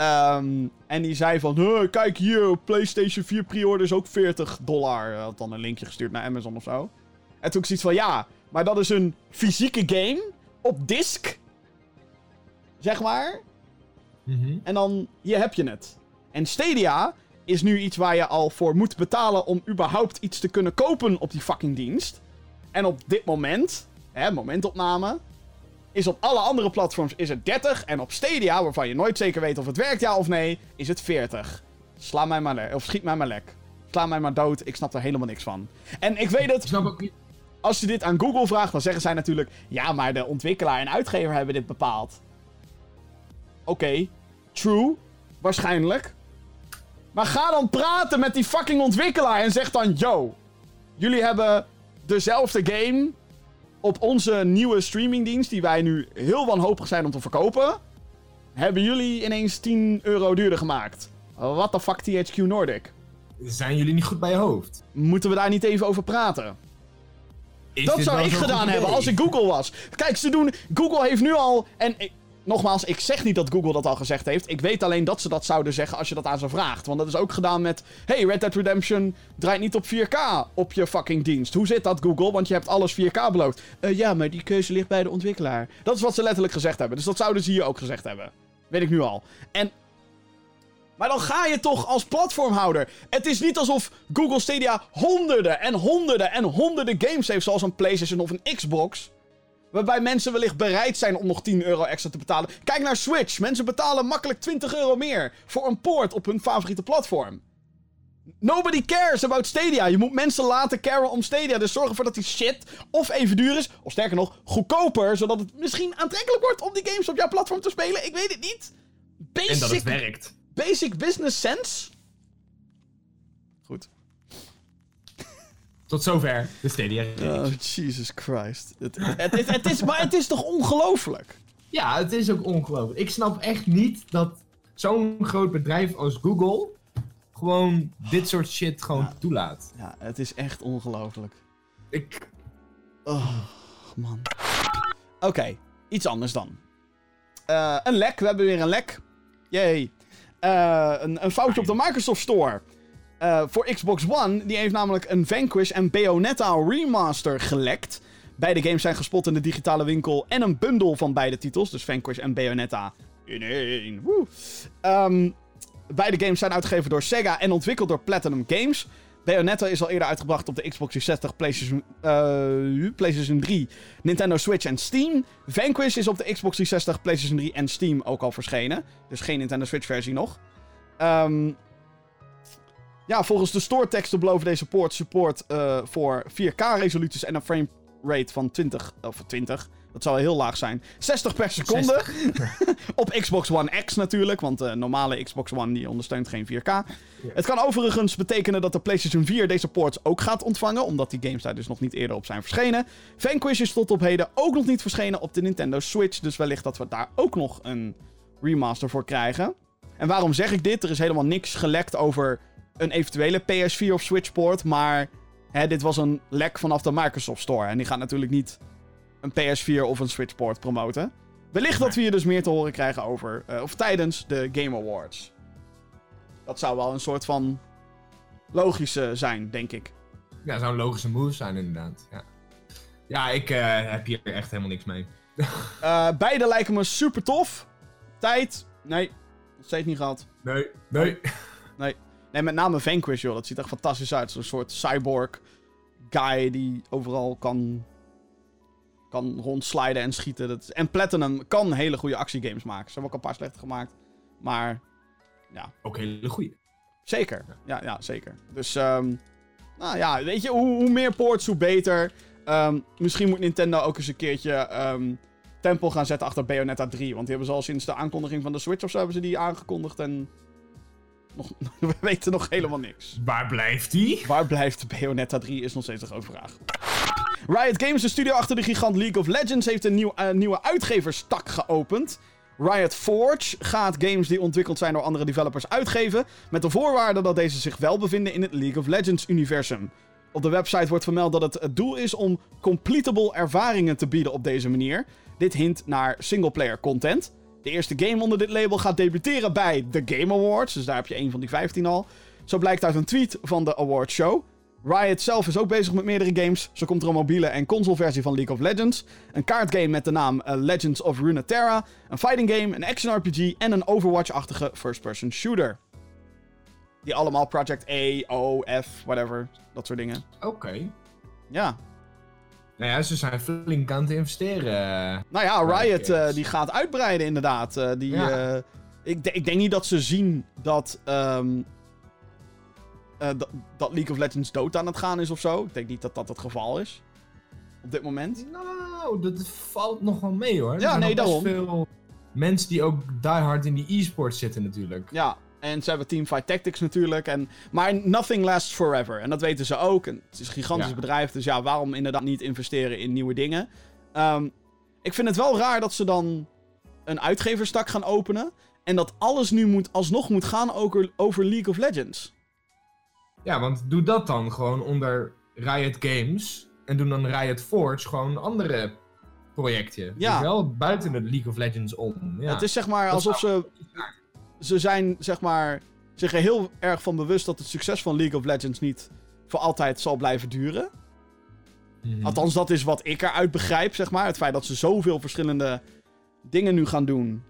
En die zei van, kijk hier, PlayStation 4 pre-order is ook $40. Had dan een linkje gestuurd naar Amazon of zo. En toen ik zoiets van, ja, maar dat is een fysieke game op disc. Zeg maar. En dan, hier heb je het. En Stadia is nu iets waar je al voor moet betalen om überhaupt iets te kunnen kopen op die fucking dienst. En op dit moment, momentopname, is op alle andere platforms is het 30. En op Stadia, waarvan je nooit zeker weet of het werkt ja of nee, is het 40. Sla mij maar of schiet mij maar lek. Sla mij maar dood, ik snap er helemaal niks van. En ik weet het, Ik snap ook niet. als je dit aan Google vraagt, dan zeggen zij natuurlijk, ja, maar de ontwikkelaar en uitgever hebben dit bepaald. Oké, true, waarschijnlijk. Maar ga dan praten met die fucking ontwikkelaar en zeg dan, yo, jullie hebben dezelfde game op onze nieuwe streamingdienst, die wij nu heel wanhopig zijn om te verkopen, hebben jullie ineens €10 duurder gemaakt. What the fuck, THQ Nordic? Zijn jullie niet goed bij je hoofd? Moeten we daar niet even over praten? Dat zou ik gedaan hebben als ik Google was. Kijk, Google heeft nu al... En nogmaals, ik zeg niet dat Google dat al gezegd heeft. Ik weet alleen dat ze dat zouden zeggen als je dat aan ze vraagt. Want dat is ook gedaan met... Hey, Red Dead Redemption draait niet op 4K op je fucking dienst. Hoe zit dat, Google? Want je hebt alles 4K beloofd. Ja, maar die keuze ligt bij de ontwikkelaar. Dat is wat ze letterlijk gezegd hebben. Dus dat zouden ze hier ook gezegd hebben. Weet ik nu al. Maar dan ga je toch als platformhouder. Het is niet alsof Google Stadia honderden en honderden en honderden games heeft, zoals een PlayStation of een Xbox. Waarbij mensen wellicht bereid zijn om nog €10 extra te betalen. Kijk naar Switch. Mensen betalen makkelijk €20 meer voor een port op hun favoriete platform. Nobody cares about Stadia. Je moet mensen laten caren om Stadia. Dus zorg ervoor dat die shit of even duur is, of sterker nog, goedkoper. Zodat het misschien aantrekkelijk wordt om die games op jouw platform te spelen. Ik weet het niet. En dat het werkt. Basic business sense? Goed. Tot zover de Stadia. Oh, Jesus Christ. Maar het is toch ongelooflijk? Ja, het is ook ongelooflijk. Ik snap echt niet dat zo'n groot bedrijf als Google gewoon dit soort shit gewoon toelaat. Ja, het is echt ongelooflijk. Ik... Oh, man. Oké, iets anders dan. Een lek, we hebben weer een lek. Yay. Een foutje op de Microsoft Store. Voor Xbox One, die heeft namelijk een Vanquish en Bayonetta remaster gelekt. Beide games zijn gespot in de digitale winkel en een bundel van beide titels. Dus Vanquish en Bayonetta in één. Woe. Beide games zijn uitgegeven door Sega en ontwikkeld door Platinum Games. Bayonetta is al eerder uitgebracht op de Xbox 360, PlayStation 3, Nintendo Switch en Steam. Vanquish is op de Xbox 360, PlayStation 3 en Steam ook al verschenen. Dus geen Nintendo Switch versie nog. Ja, volgens de storeteksten beloven deze ports support voor 4K resoluties en een framerate van 20. Dat zou wel heel laag zijn. 60 per seconde. Op Xbox One X natuurlijk, want de normale Xbox One die ondersteunt geen 4K. Ja. Het kan overigens betekenen dat de PlayStation 4 deze ports ook gaat ontvangen, omdat die games daar dus nog niet eerder op zijn verschenen. Vanquish is tot op heden ook nog niet verschenen op de Nintendo Switch, dus wellicht dat we daar ook nog een remaster voor krijgen. En waarom zeg ik dit? Er is helemaal niks gelekt over een eventuele PS4 of Switch port, maar dit was een lek vanaf de Microsoft Store. En die gaat natuurlijk niet een PS4 of een Switch port promoten. Wellicht dat we hier dus meer te horen krijgen over, of tijdens de Game Awards. Dat zou wel een soort van logische zijn, denk ik. Ja, zou een logische move zijn inderdaad. Ja, ik heb hier echt helemaal niks mee. Beide lijken me super tof. Tijd? Nee, nog steeds niet gehad. Nee, met name Vanquish, joh. Dat ziet er fantastisch uit. Zo'n soort cyborg guy die overal kan rondsliden en schieten. En Platinum kan hele goede actiegames maken. Ze hebben ook een paar slechte gemaakt. Maar, ja. Ook hele goede. Zeker. Ja, zeker. Dus, nou ja, weet je, hoe meer ports, hoe beter. Misschien moet Nintendo ook eens een keertje tempo gaan zetten achter Bayonetta 3. Want die hebben ze al sinds de aankondiging van de Switch of zo hebben ze die aangekondigd en we weten nog helemaal niks. Waar blijft die? Waar blijft Bayonetta 3 is nog steeds een grote vraag. Riot Games, de studio achter de gigant League of Legends, heeft een nieuwe uitgeverstak geopend. Riot Forge gaat games die ontwikkeld zijn door andere developers uitgeven, met de voorwaarde dat deze zich wel bevinden in het League of Legends universum. Op de website wordt vermeld dat het doel is om completable ervaringen te bieden op deze manier. Dit hint naar singleplayer content. De eerste game onder dit label gaat debuteren bij The Game Awards, dus daar heb je een van die 15 al. Zo blijkt uit een tweet van de awardshow. Riot zelf is ook bezig met meerdere games. Zo komt er een mobiele en consoleversie van League of Legends, een kaartgame met de naam Legends of Runeterra, een fighting game, een action RPG en een Overwatch-achtige first-person shooter. Die allemaal Project A, O, F, whatever, dat soort dingen. Oké. Ja. Nou ja, ze zijn flink aan het investeren. Nou ja, Riot die gaat uitbreiden inderdaad. Ik denk niet dat ze zien dat dat League of Legends dood aan het gaan is of zo. Ik denk niet dat dat het geval is. Op dit moment. Nou, dat valt nog wel mee hoor. Ja, nee, daarom. Er zijn veel mensen die ook diehard in die e-sports zitten natuurlijk. Ja, en ze hebben Teamfight Tactics natuurlijk. Maar nothing lasts forever. En dat weten ze ook. En het is een gigantisch bedrijf. Dus ja, waarom inderdaad niet investeren in nieuwe dingen? Ik vind het wel raar dat ze dan een uitgeverstak gaan openen. En dat alles nu alsnog moet gaan over League of Legends. Ja, want doe dat dan gewoon onder Riot Games. En doe dan Riot Forge gewoon een andere projectje. Ja. Dus wel buiten de League of Legends om. Ja. Het is zeg maar alsof ze zijn zeg maar zich er heel erg van bewust dat het succes van League of Legends niet voor altijd zal blijven duren. Mm-hmm. Althans, dat is wat ik eruit begrijp, zeg maar. Het feit dat ze zoveel verschillende dingen nu gaan doen.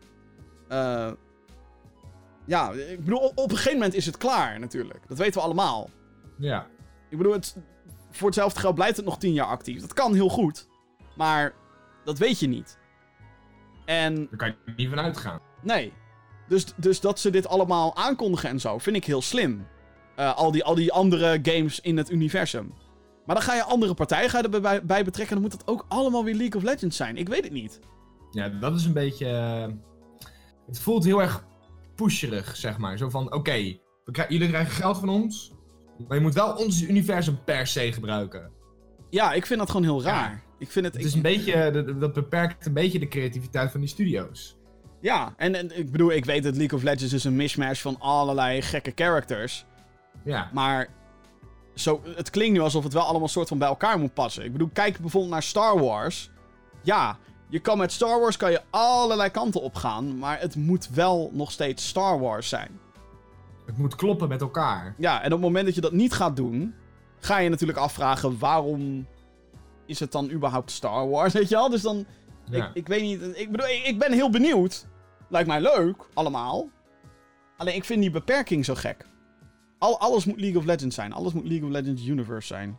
Ja, ik bedoel, op een gegeven moment is het klaar natuurlijk. Dat weten we allemaal. Ja. Ik bedoel, voor hetzelfde geld blijft het nog 10 jaar actief. Dat kan heel goed. Maar dat weet je niet. En daar kan je niet van uitgaan. Nee. Dus dat ze dit allemaal aankondigen en zo, vind ik heel slim. Al die andere games in het universum. Maar dan ga je andere partijen erbij betrekken. Dan moet dat ook allemaal weer League of Legends zijn. Ik weet het niet. Ja, dat is een beetje... het voelt heel erg pusherig, zeg maar. Zo van, oké, jullie krijgen geld van ons. Maar je moet wel ons universum per se gebruiken. Ja, ik vind dat gewoon heel raar. Ik vind het... Het is een beetje, dat beperkt een beetje de creativiteit van die studio's. Ja, en ik bedoel, ik weet dat League of Legends is een mishmash van allerlei gekke characters. Ja. Maar het klinkt nu alsof het wel allemaal soort van bij elkaar moet passen. Ik bedoel, kijk bijvoorbeeld naar Star Wars. Ja, met Star Wars kan je allerlei kanten op gaan, maar het moet wel nog steeds Star Wars zijn. Het moet kloppen met elkaar. Ja, en op het moment dat je dat niet gaat doen, ga je natuurlijk afvragen waarom is het dan überhaupt Star Wars, weet je wel? Dus dan, Ja. ik weet niet, ik bedoel, ik ben heel benieuwd. Lijkt mij leuk, allemaal. Alleen ik vind die beperking zo gek. Alles moet League of Legends zijn. Alles moet League of Legends Universe zijn.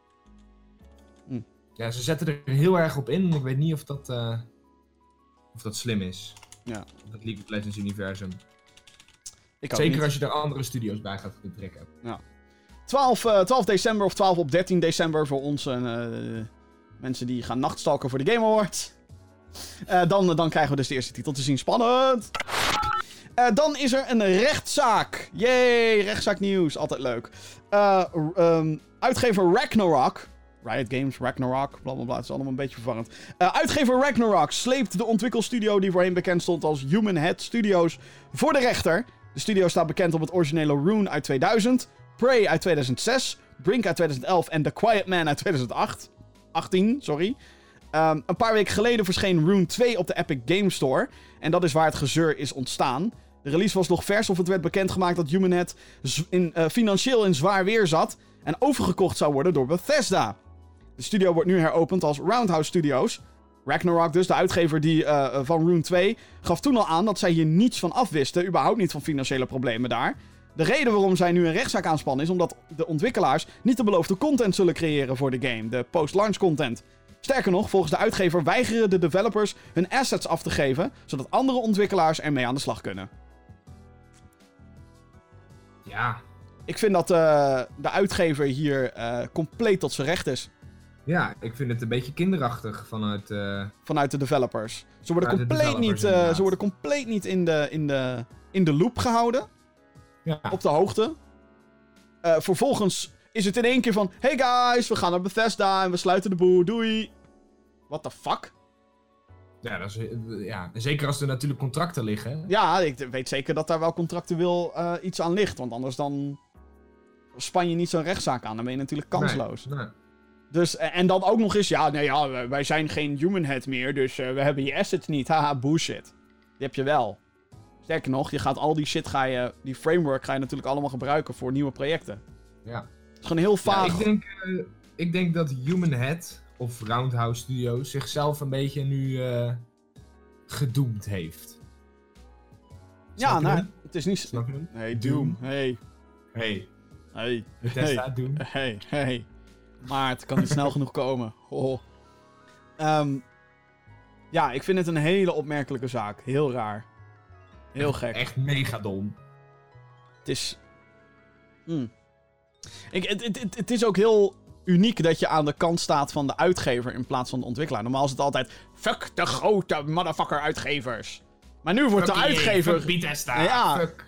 Ja, ze zetten er heel erg op in. Ik weet niet of dat slim is. Ja. Dat League of Legends universum. Ik ook Zeker niet. als je er andere studio's bij gaat betrekken. 12 december of 12 op 13 december voor onze mensen die gaan nachtstalken voor de Game Awards. Dan krijgen we dus de eerste titel te zien. Spannend! Dan is er een rechtszaak. Yay, rechtszaaknieuws. Altijd leuk. Uitgever Ragnarok. Riot Games, Ragnarok, blablabla. Het is allemaal een beetje verwarrend. Uitgever Ragnarok sleept de ontwikkelstudio die voorheen bekend stond als Human Head Studios voor de rechter. De studio staat bekend om het originele Rune uit 2000, Prey uit 2006, Brink uit 2011 en The Quiet Man uit 2018. Sorry. Een paar weken geleden verscheen Rune 2 op de Epic Games Store. En dat is waar het gezeur is ontstaan. De release was nog vers of het werd bekendgemaakt dat Human Head financieel in zwaar weer zat en overgekocht zou worden door Bethesda. De studio wordt nu heropend als Roundhouse Studios. Ragnarok dus, de uitgever van Rune 2, gaf toen al aan dat zij hier niets van afwisten, überhaupt niet van financiële problemen daar. De reden waarom zij nu een rechtszaak aanspannen is omdat de ontwikkelaars niet de beloofde content zullen creëren voor de game, de post-launch content. Sterker nog, volgens de uitgever weigeren de developers hun assets af te geven, zodat andere ontwikkelaars ermee aan de slag kunnen. Ja. Ik vind dat de uitgever hier compleet tot zijn recht is. Ja, ik vind het een beetje kinderachtig Vanuit de developers. Ze worden compleet niet in de loop gehouden. Ja. Op de hoogte. Vervolgens is het in één keer van... Hey guys, we gaan naar Bethesda en we sluiten de boel. Doei. What the fuck? Ja, zeker als er natuurlijk contracten liggen. Ja, ik weet zeker dat daar wel contractueel iets aan ligt. Want anders dan span je niet zo'n rechtszaak aan. Dan ben je natuurlijk kansloos. Nee. Dus, en dan ook nog eens... wij zijn geen Human Head meer. Dus we hebben je assets niet. Haha, bullshit. Die heb je wel. Sterker nog, je gaat al die shit die framework ga je natuurlijk allemaal gebruiken voor nieuwe projecten. Ja. Het is gewoon heel vaag. Ja, ik denk dat Human Head of Roundhouse Studios zichzelf een beetje nu gedoemd heeft. Ja, Snap je nou, hem? het is niet... Snap je hem? Hey, Doom. Hey. Bethesda, Doom. Hey. Maar het kan niet snel genoeg komen. Oh. Ja, ik vind het een hele opmerkelijke zaak. Heel raar. Heel gek. Echt mega dom. Het is... Het is ook heel uniek dat je aan de kant staat van de uitgever in plaats van de ontwikkelaar. Normaal is het altijd... Fuck de grote motherfucker uitgevers. Maar nu wordt de uitgever... Fuck Bethesda. Ja. Fuck.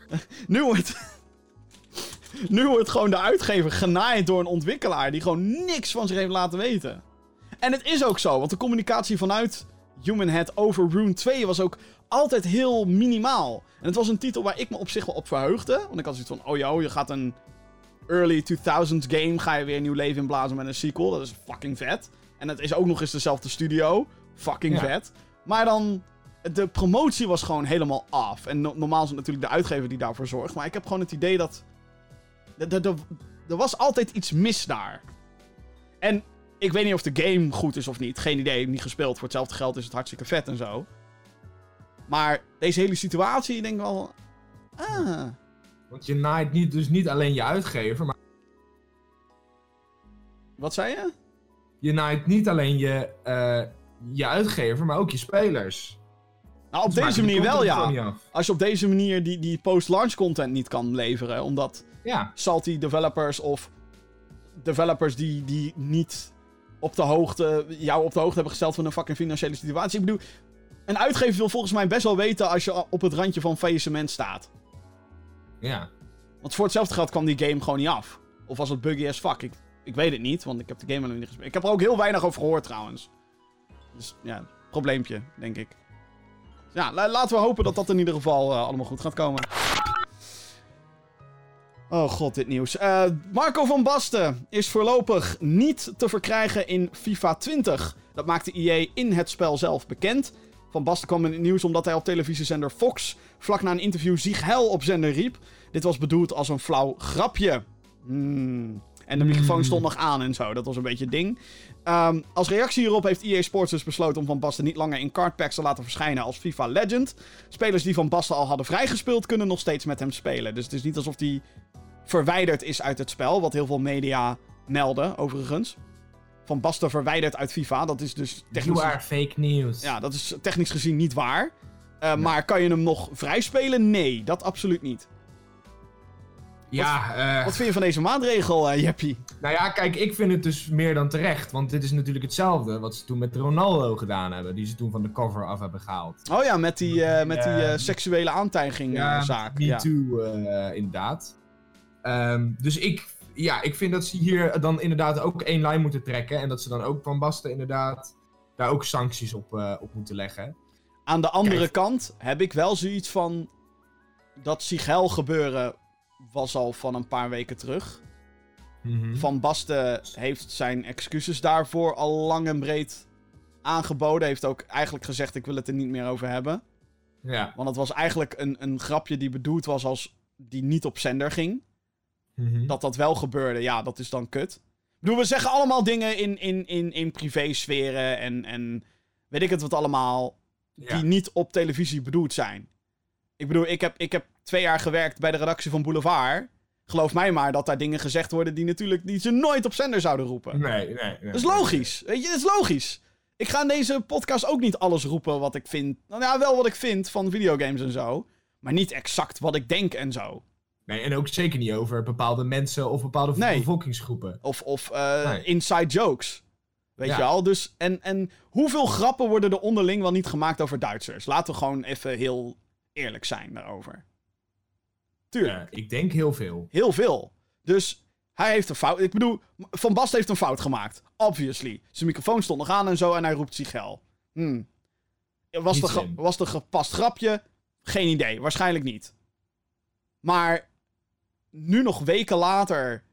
Nu wordt gewoon de uitgever genaaid door een ontwikkelaar die gewoon niks van zich heeft laten weten. En het is ook zo, want de communicatie vanuit Human Head over Rune 2 was ook altijd heel minimaal. En het was een titel waar ik me op zich wel op verheugde. Want ik had zoiets van, je gaat een early 2000s game, ga je weer nieuw leven inblazen met een sequel. Dat is fucking vet. En het is ook nog eens dezelfde studio. Fucking vet. Maar dan, de promotie was gewoon helemaal af. En normaal is het natuurlijk de uitgever die daarvoor zorgt. Maar ik heb gewoon het idee dat... Er was altijd iets mis daar. En ik weet niet of de game goed is of niet. Geen idee, ik heb niet gespeeld. Voor hetzelfde geld is het hartstikke vet en zo. Maar deze hele situatie, ik denk wel... Want je naait niet alleen je uitgever, maar... Wat zei je? Je naait niet alleen je uitgever, maar ook je spelers. Nou, op Dus deze maak je de manier wel, content gewoon ja. niet af. Als je op deze manier die post-launch content niet kan leveren, omdat Ja. salty developers of developers die niet op de hoogte, jou op de hoogte hebben gesteld van een fucking financiële situatie. Ik bedoel, een uitgever wil volgens mij best wel weten als je op het randje van faillissement staat. Ja. Want voor hetzelfde geld kwam die game gewoon niet af. Of was het buggy as fuck? Ik weet het niet, want ik heb de game nog niet gespeeld. Ik heb er ook heel weinig over gehoord trouwens. Dus ja, probleempje, denk ik. Ja, laten we hopen dat dat in ieder geval allemaal goed gaat komen. Oh god, dit nieuws. Marco van Basten is voorlopig niet te verkrijgen in FIFA 20. Dat maakte EA in het spel zelf bekend. Van Basten kwam in het nieuws omdat hij op televisiezender Fox vlak na een interview Sieg Heil op zender riep. Dit was bedoeld als een flauw grapje. En de microfoon stond nog aan en zo. Dat was een beetje het ding. Als reactie hierop heeft EA Sports dus besloten om Van Basten niet langer in cardpacks te laten verschijnen als FIFA Legend. Spelers die Van Basten al hadden vrijgespeeld kunnen nog steeds met hem spelen. Dus het is niet alsof hij verwijderd is uit het spel, wat heel veel media melden, overigens. Van Basten verwijderd uit FIFA, dat is dus technisch... You are fake news. Ja, dat is technisch gezien niet waar. Maar kan je hem nog vrijspelen? Nee, dat absoluut niet. Ja, Wat vind je van deze maatregel, Jeppie? Nou ja, kijk, ik vind het dus meer dan terecht. Want dit is natuurlijk hetzelfde wat ze toen met Ronaldo gedaan hebben. Die ze toen van de cover af hebben gehaald. Oh ja, met die seksuele aantijging zaak. Me too, inderdaad. Dus ik vind dat ze hier dan inderdaad ook één lijn moeten trekken. En dat ze dan ook Van Basten inderdaad daar ook sancties op moeten leggen. Aan de andere kant heb ik wel zoiets van... Dat Sieg Heil gebeuren was al van een paar weken terug. Van Basten heeft zijn excuses daarvoor al lang en breed aangeboden. Heeft ook eigenlijk gezegd, ik wil het er niet meer over hebben. Ja. Want het was eigenlijk een grapje die bedoeld was als die niet op zender ging. Dat wel gebeurde, ja, dat is dan kut. Ik bedoel, we zeggen allemaal dingen in privé-sferen en weet ik het wat allemaal, die niet op televisie bedoeld zijn. Ik bedoel, ik heb 2 jaar gewerkt bij de redactie van Boulevard. Geloof mij maar dat daar dingen gezegd worden die ze nooit op zender zouden roepen. Nee. Dat is logisch, weet je, dat is logisch. Ik ga in deze podcast ook niet alles roepen wat ik vind. Nou ja, wel wat ik vind van videogames en zo. Maar niet exact wat ik denk en zo. Nee, en ook zeker niet over bepaalde mensen of bepaalde bevolkingsgroepen. Of inside jokes. Weet je al? Dus, en hoeveel grappen worden er onderling wel niet gemaakt over Duitsers? Laten we gewoon even heel eerlijk zijn daarover. Tuurlijk. Ik denk heel veel. Heel veel. Dus hij heeft een fout. Ik bedoel, Van Basten heeft een fout gemaakt. Obviously. Zijn microfoon stond nog aan en zo en hij roept Sieg Heil. Was het een gepast grapje? Geen idee. Waarschijnlijk niet. Maar nu nog weken later,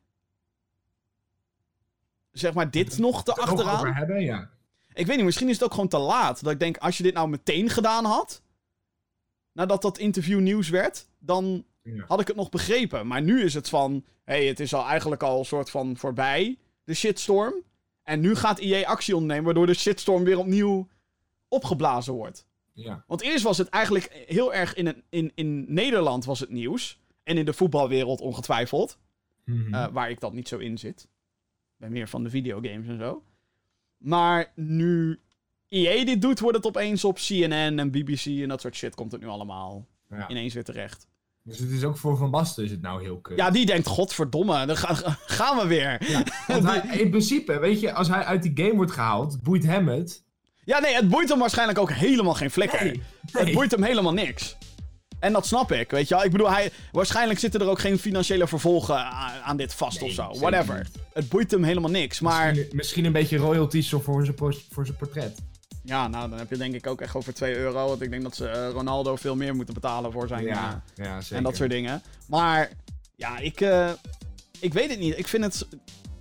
zeg maar, dit nog te achteraan. Over hebben, ja. Ik weet niet, misschien is het ook gewoon te laat. Dat ik denk, als je dit nou meteen gedaan had, nadat dat interview nieuws werd, dan had ik het nog begrepen. Maar nu is het van, het is al eigenlijk al een soort van voorbij, de shitstorm. En nu gaat EA actie ondernemen, waardoor de shitstorm weer opnieuw opgeblazen wordt. Ja. Want eerst was het eigenlijk heel erg in Nederland was het nieuws. En in de voetbalwereld ongetwijfeld. Waar ik dan niet zo in zit. Ik ben meer van de videogames en zo. Maar nu EA dit doet, wordt het opeens op CNN en BBC en dat soort shit komt het nu allemaal ineens weer terecht. Dus het is ook voor Van Basten is het nou heel kut. Ja, die denkt, godverdomme, dan gaan we weer. Ja, want in principe, weet je, als hij uit die game wordt gehaald, boeit hem het. Ja, nee, het boeit hem waarschijnlijk ook helemaal geen flikker. Nee. Het boeit hem helemaal niks. En dat snap ik, weet je wel. Ik bedoel, waarschijnlijk zitten er ook geen financiële vervolgen aan dit vast of zo. Whatever. Niet. Het boeit hem helemaal niks, maar... Misschien een beetje royalties voor zijn portret. Ja, nou, dan heb je denk ik ook echt over €2. Want ik denk dat ze Ronaldo veel meer moeten betalen voor zijn... Ja, zeker. En dat soort dingen. Maar, ja, ik weet het niet. Ik vind het...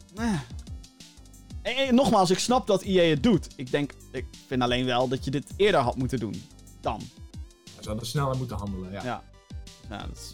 Nogmaals, ik snap dat EA het doet. Ik vind alleen wel dat je dit eerder had moeten doen. Dan. Ze hadden sneller moeten handelen, ja. Dat is...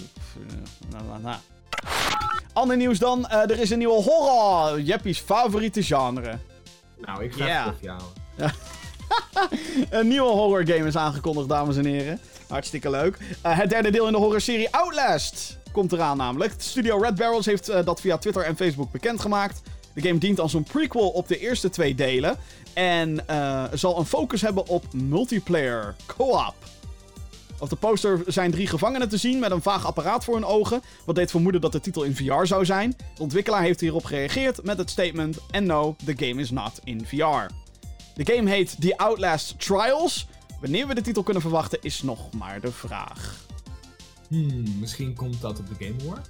Ander nieuws dan. Er is een nieuwe horror. Jeppie's favoriete genre. Nou, ik ga het koffie halen. Een nieuwe horror game is aangekondigd, dames en heren. Hartstikke leuk. Het 3e deel in de horrorserie Outlast komt eraan namelijk. Studio Red Barrels heeft dat via Twitter en Facebook bekendgemaakt. De game dient als een prequel op de eerste 2 delen. En zal een focus hebben op multiplayer co-op. Op de poster zijn 3 gevangenen te zien met een vaag apparaat voor hun ogen. Wat deed vermoeden dat de titel in VR zou zijn. De ontwikkelaar heeft hierop gereageerd met het statement: And no, the game is not in VR. De game heet The Outlast Trials. Wanneer we de titel kunnen verwachten is nog maar de vraag. Misschien komt dat op de Game Awards?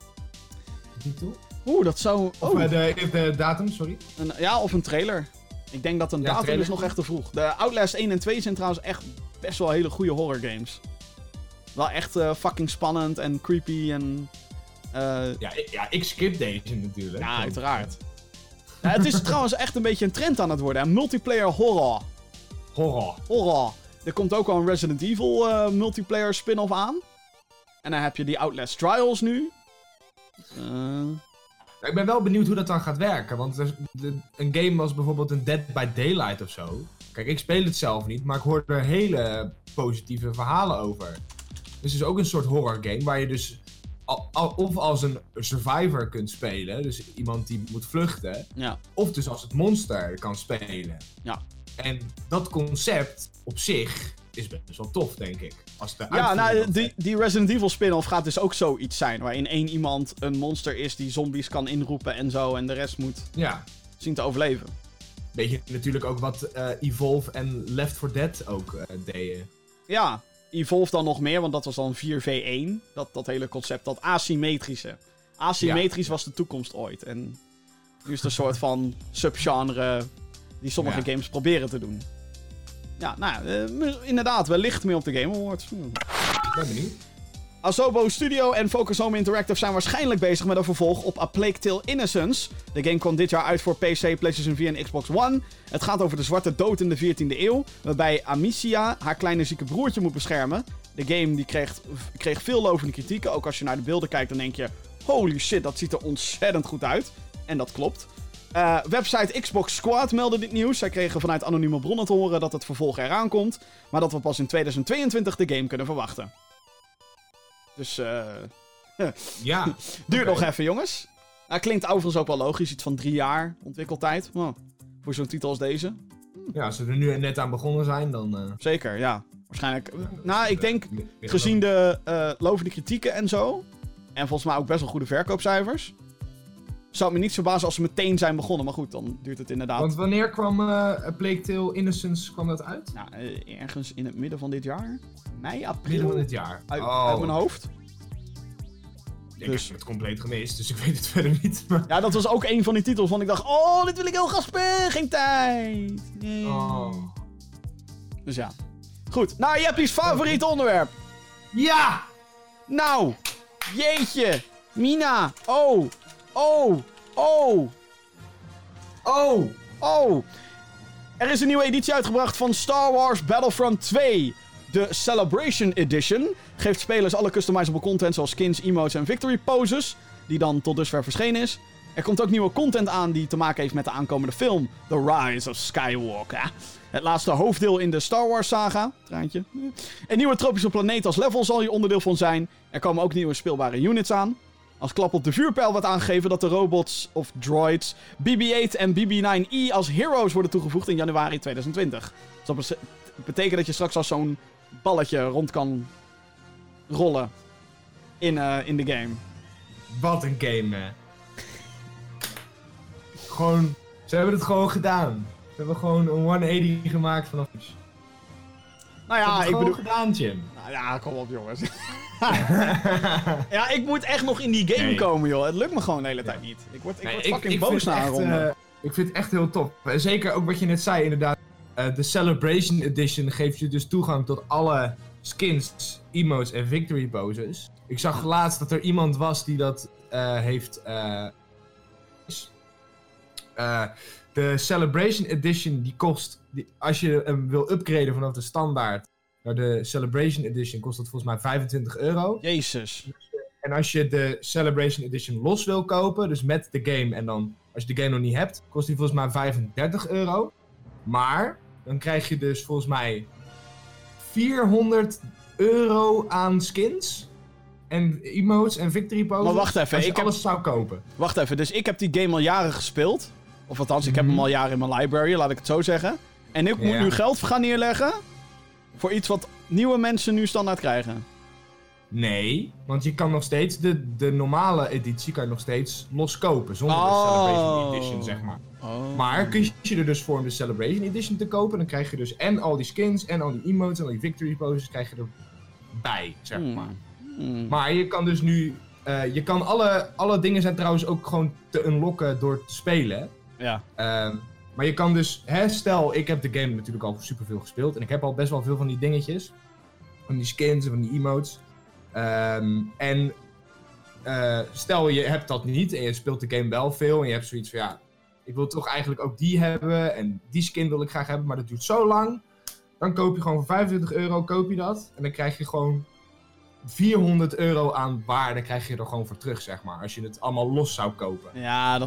De titel? Dat zou... Of de datum, sorry. Of een trailer. Ik denk dat een datum trailer. is nog echt te vroeg. De Outlast 1 en 2 zijn trouwens echt best wel hele goede horror games. Wel echt fucking spannend en creepy en... Ik skip deze natuurlijk. Ja, uiteraard. Ja, het is trouwens echt een beetje een trend aan het worden. Hè? Multiplayer horror. Horror. Er komt ook wel een Resident Evil multiplayer spin-off aan. En dan heb je die Outlast Trials nu. Ik ben wel benieuwd hoe dat dan gaat werken. Want een game als bijvoorbeeld een Dead by Daylight of zo. Kijk, ik speel het zelf niet, maar ik hoor er hele positieve verhalen over. Dus het is ook een soort horror game waar je dus of als een survivor kunt spelen. Dus iemand die moet vluchten. Ja. Of dus als het monster kan spelen. Ja. En dat concept op zich is best wel tof, denk ik. Als de Ja, nou, die Resident Evil spin-off gaat dus ook zoiets zijn. Waarin één iemand een monster is die zombies kan inroepen en zo. En de rest moet zien te overleven. Beetje natuurlijk ook wat Evolve en Left 4 Dead ook deden. Ja, Evolve dan nog meer, want dat was dan 4v1. Dat hele concept, dat asymmetrische. Asymmetrisch was de toekomst ooit. En nu is het een soort van subgenre die sommige games proberen te doen. Ja, nou, inderdaad, wellicht meer op de Game Awards. Ben benieuwd. Asobo Studio en Focus Home Interactive zijn waarschijnlijk bezig met een vervolg op A Plague Tale Innocence. De game kwam dit jaar uit voor PC, PlayStation 4 en Xbox One. Het gaat over de zwarte dood in de 14e eeuw, waarbij Amicia haar kleine zieke broertje moet beschermen. De game die kreeg veel lovende kritieken. Ook als je naar de beelden kijkt, dan denk je... Holy shit, dat ziet er ontzettend goed uit. En dat klopt. Website Xbox Squad meldde dit nieuws. Zij kregen vanuit anonieme bronnen te horen dat het vervolg eraan komt. Maar dat we pas in 2022 de game kunnen verwachten. Dus ja. Duurt nog even, jongens. Klinkt overigens ook wel logisch. Iets van 3 jaar ontwikkeltijd. Voor zo'n titel als deze. Ja, als we er nu net aan begonnen zijn, dan... Zeker, ja. Waarschijnlijk... ik denk, gezien de lovende kritieken en zo... En volgens mij ook best wel goede verkoopcijfers... Zou het me niet verbazen als ze meteen zijn begonnen. Maar goed, dan duurt het inderdaad... Want wanneer kwam Plague Tale Innocence kwam dat uit? Nou, ergens in het midden van dit jaar. Mei, april. Midden van dit jaar. Uit mijn hoofd. Ik heb het compleet gemist, dus ik weet het verder niet. Maar... Ja, dat was ook een van die titels. Want ik dacht, dit wil ik heel graag spelen. Geen tijd. Nee. Dus ja. Goed, nou, Jeppie's favoriete onderwerp. Ja! Nou, jeetje. Mina. Oh. Er is een nieuwe editie uitgebracht van Star Wars Battlefront 2. De Celebration Edition geeft spelers alle customizable content zoals skins, emotes en victory poses, die dan tot dusver verschenen is. Er komt ook nieuwe content aan die te maken heeft met de aankomende film The Rise of Skywalker. Het laatste hoofddeel in de Star Wars saga. Traantje. Een nieuwe tropische planeet als level zal hier onderdeel van zijn. Er komen ook nieuwe speelbare units aan. Als klap op de vuurpijl wordt aangegeven dat de robots of droids BB-8 en BB-9E als heroes worden toegevoegd in januari 2020. Dus dat betekent dat je straks als zo'n balletje rond kan rollen in de game. Wat een game, hè. Gewoon, ze hebben het gewoon gedaan. Ze hebben gewoon een 180 gemaakt vanaf iets. Nou ja, ik bedoel... gedaan, Jim. Nou ja, kom op, jongens. Ja, ik moet echt nog in die game komen, joh. Het lukt me gewoon de hele tijd niet. Ik word fucking boos na een ronde. Ik vind het echt heel top. Zeker ook wat je net zei, inderdaad. De Celebration Edition geeft je dus toegang tot alle skins, emotes en victory poses. Ik zag laatst dat er iemand was die dat heeft... de Celebration Edition die kost... als je hem wil upgraden vanaf de standaard naar de Celebration Edition kost dat volgens mij €25. Jezus. En als je de Celebration Edition los wil kopen, dus met de game en dan als je de game nog niet hebt, kost die volgens mij €35. Maar dan krijg je dus volgens mij €400 aan skins en emotes en victory poses. Maar wacht even, als je alles zou kopen. Wacht even, dus ik heb die game al jaren gespeeld. Of althans, ik heb hem al jaren in mijn library, laat ik het zo zeggen. En ik moet nu geld gaan neerleggen voor iets wat nieuwe mensen nu standaard krijgen. Nee, want je kan nog steeds de normale editie kan je nog steeds los kopen. Zonder de Celebration Edition, zeg maar. Maar kies je er dus voor om de Celebration Edition te kopen, dan krijg je dus en al die skins en al die emotes en al die victory poses krijg je erbij, zeg maar. Maar je kan dus nu... je kan alle dingen zijn trouwens ook gewoon te unlocken door te spelen. Ja. Maar je kan dus, stel, ik heb de game natuurlijk al superveel gespeeld. En ik heb al best wel veel van die dingetjes. Van die skins en van die emotes. Stel je hebt dat niet en je speelt de game wel veel. En je hebt zoiets van, ja, ik wil toch eigenlijk ook die hebben. En die skin wil ik graag hebben, maar dat duurt zo lang. Dan koop je gewoon voor €25, koop je dat. En dan krijg je gewoon €400 aan waarde krijg je er gewoon voor terug, zeg maar. Als je het allemaal los zou kopen. Ja,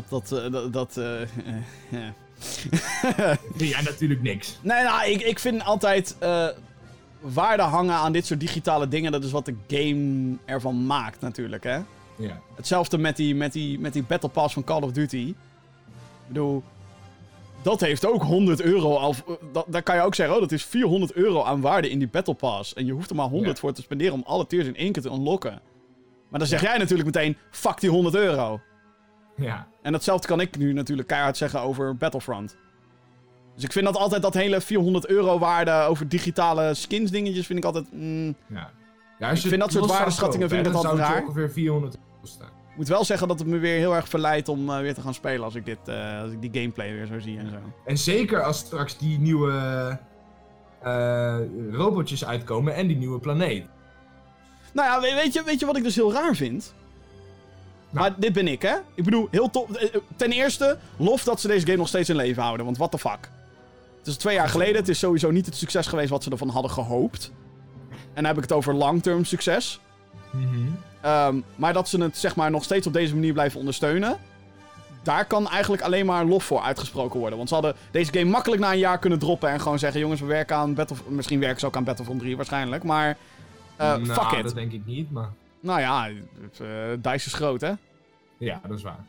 ja. Vind jij natuurlijk niks. Nee, nou, ik vind altijd waarde hangen aan dit soort digitale dingen. Dat is wat de game ervan maakt, natuurlijk, hè. Ja. Hetzelfde met die Battle Pass van Call of Duty. Ik bedoel, dat heeft ook €100. Daar kan je ook zeggen, dat is €400 aan waarde in die Battle Pass. En je hoeft er maar 100 voor te spenderen om alle tiers in één keer te unlocken. Maar dan zeg jij natuurlijk meteen, fuck die €100. Ja. En datzelfde kan ik nu natuurlijk keihard zeggen over Battlefront. Dus ik vind dat altijd dat hele €400 waarde over digitale skins dingetjes vind ik altijd... Ja. Ja, als je ik vind dat soort waardeschattingen vind ik dat altijd raar. zou het ongeveer €400 staan. Ik moet wel zeggen dat het me weer heel erg verleidt om weer te gaan spelen als ik die gameplay weer zo zie en zo. En zeker als straks die nieuwe robotjes uitkomen en die nieuwe planeet. Nou ja, weet je wat ik dus heel raar vind? Nou. Maar dit ben ik, hè? Ik bedoel, heel tof. Ten eerste, lof dat ze deze game nog steeds in leven houden. Want what the fuck. Het is 2 jaar geleden. Het is sowieso niet het succes geweest wat ze ervan hadden gehoopt. En dan heb ik het over long-term succes. Maar dat ze het zeg maar nog steeds op deze manier blijven ondersteunen. Daar kan eigenlijk alleen maar lof voor uitgesproken worden. Want ze hadden deze game makkelijk na een jaar kunnen droppen. En gewoon zeggen, jongens, we werken aan Battlefront. Misschien werken ze ook aan Battlefront 3 waarschijnlijk. Maar fuck it. Dat denk ik niet, maar... Nou ja, DICE is groot, hè? Ja, dat is waar.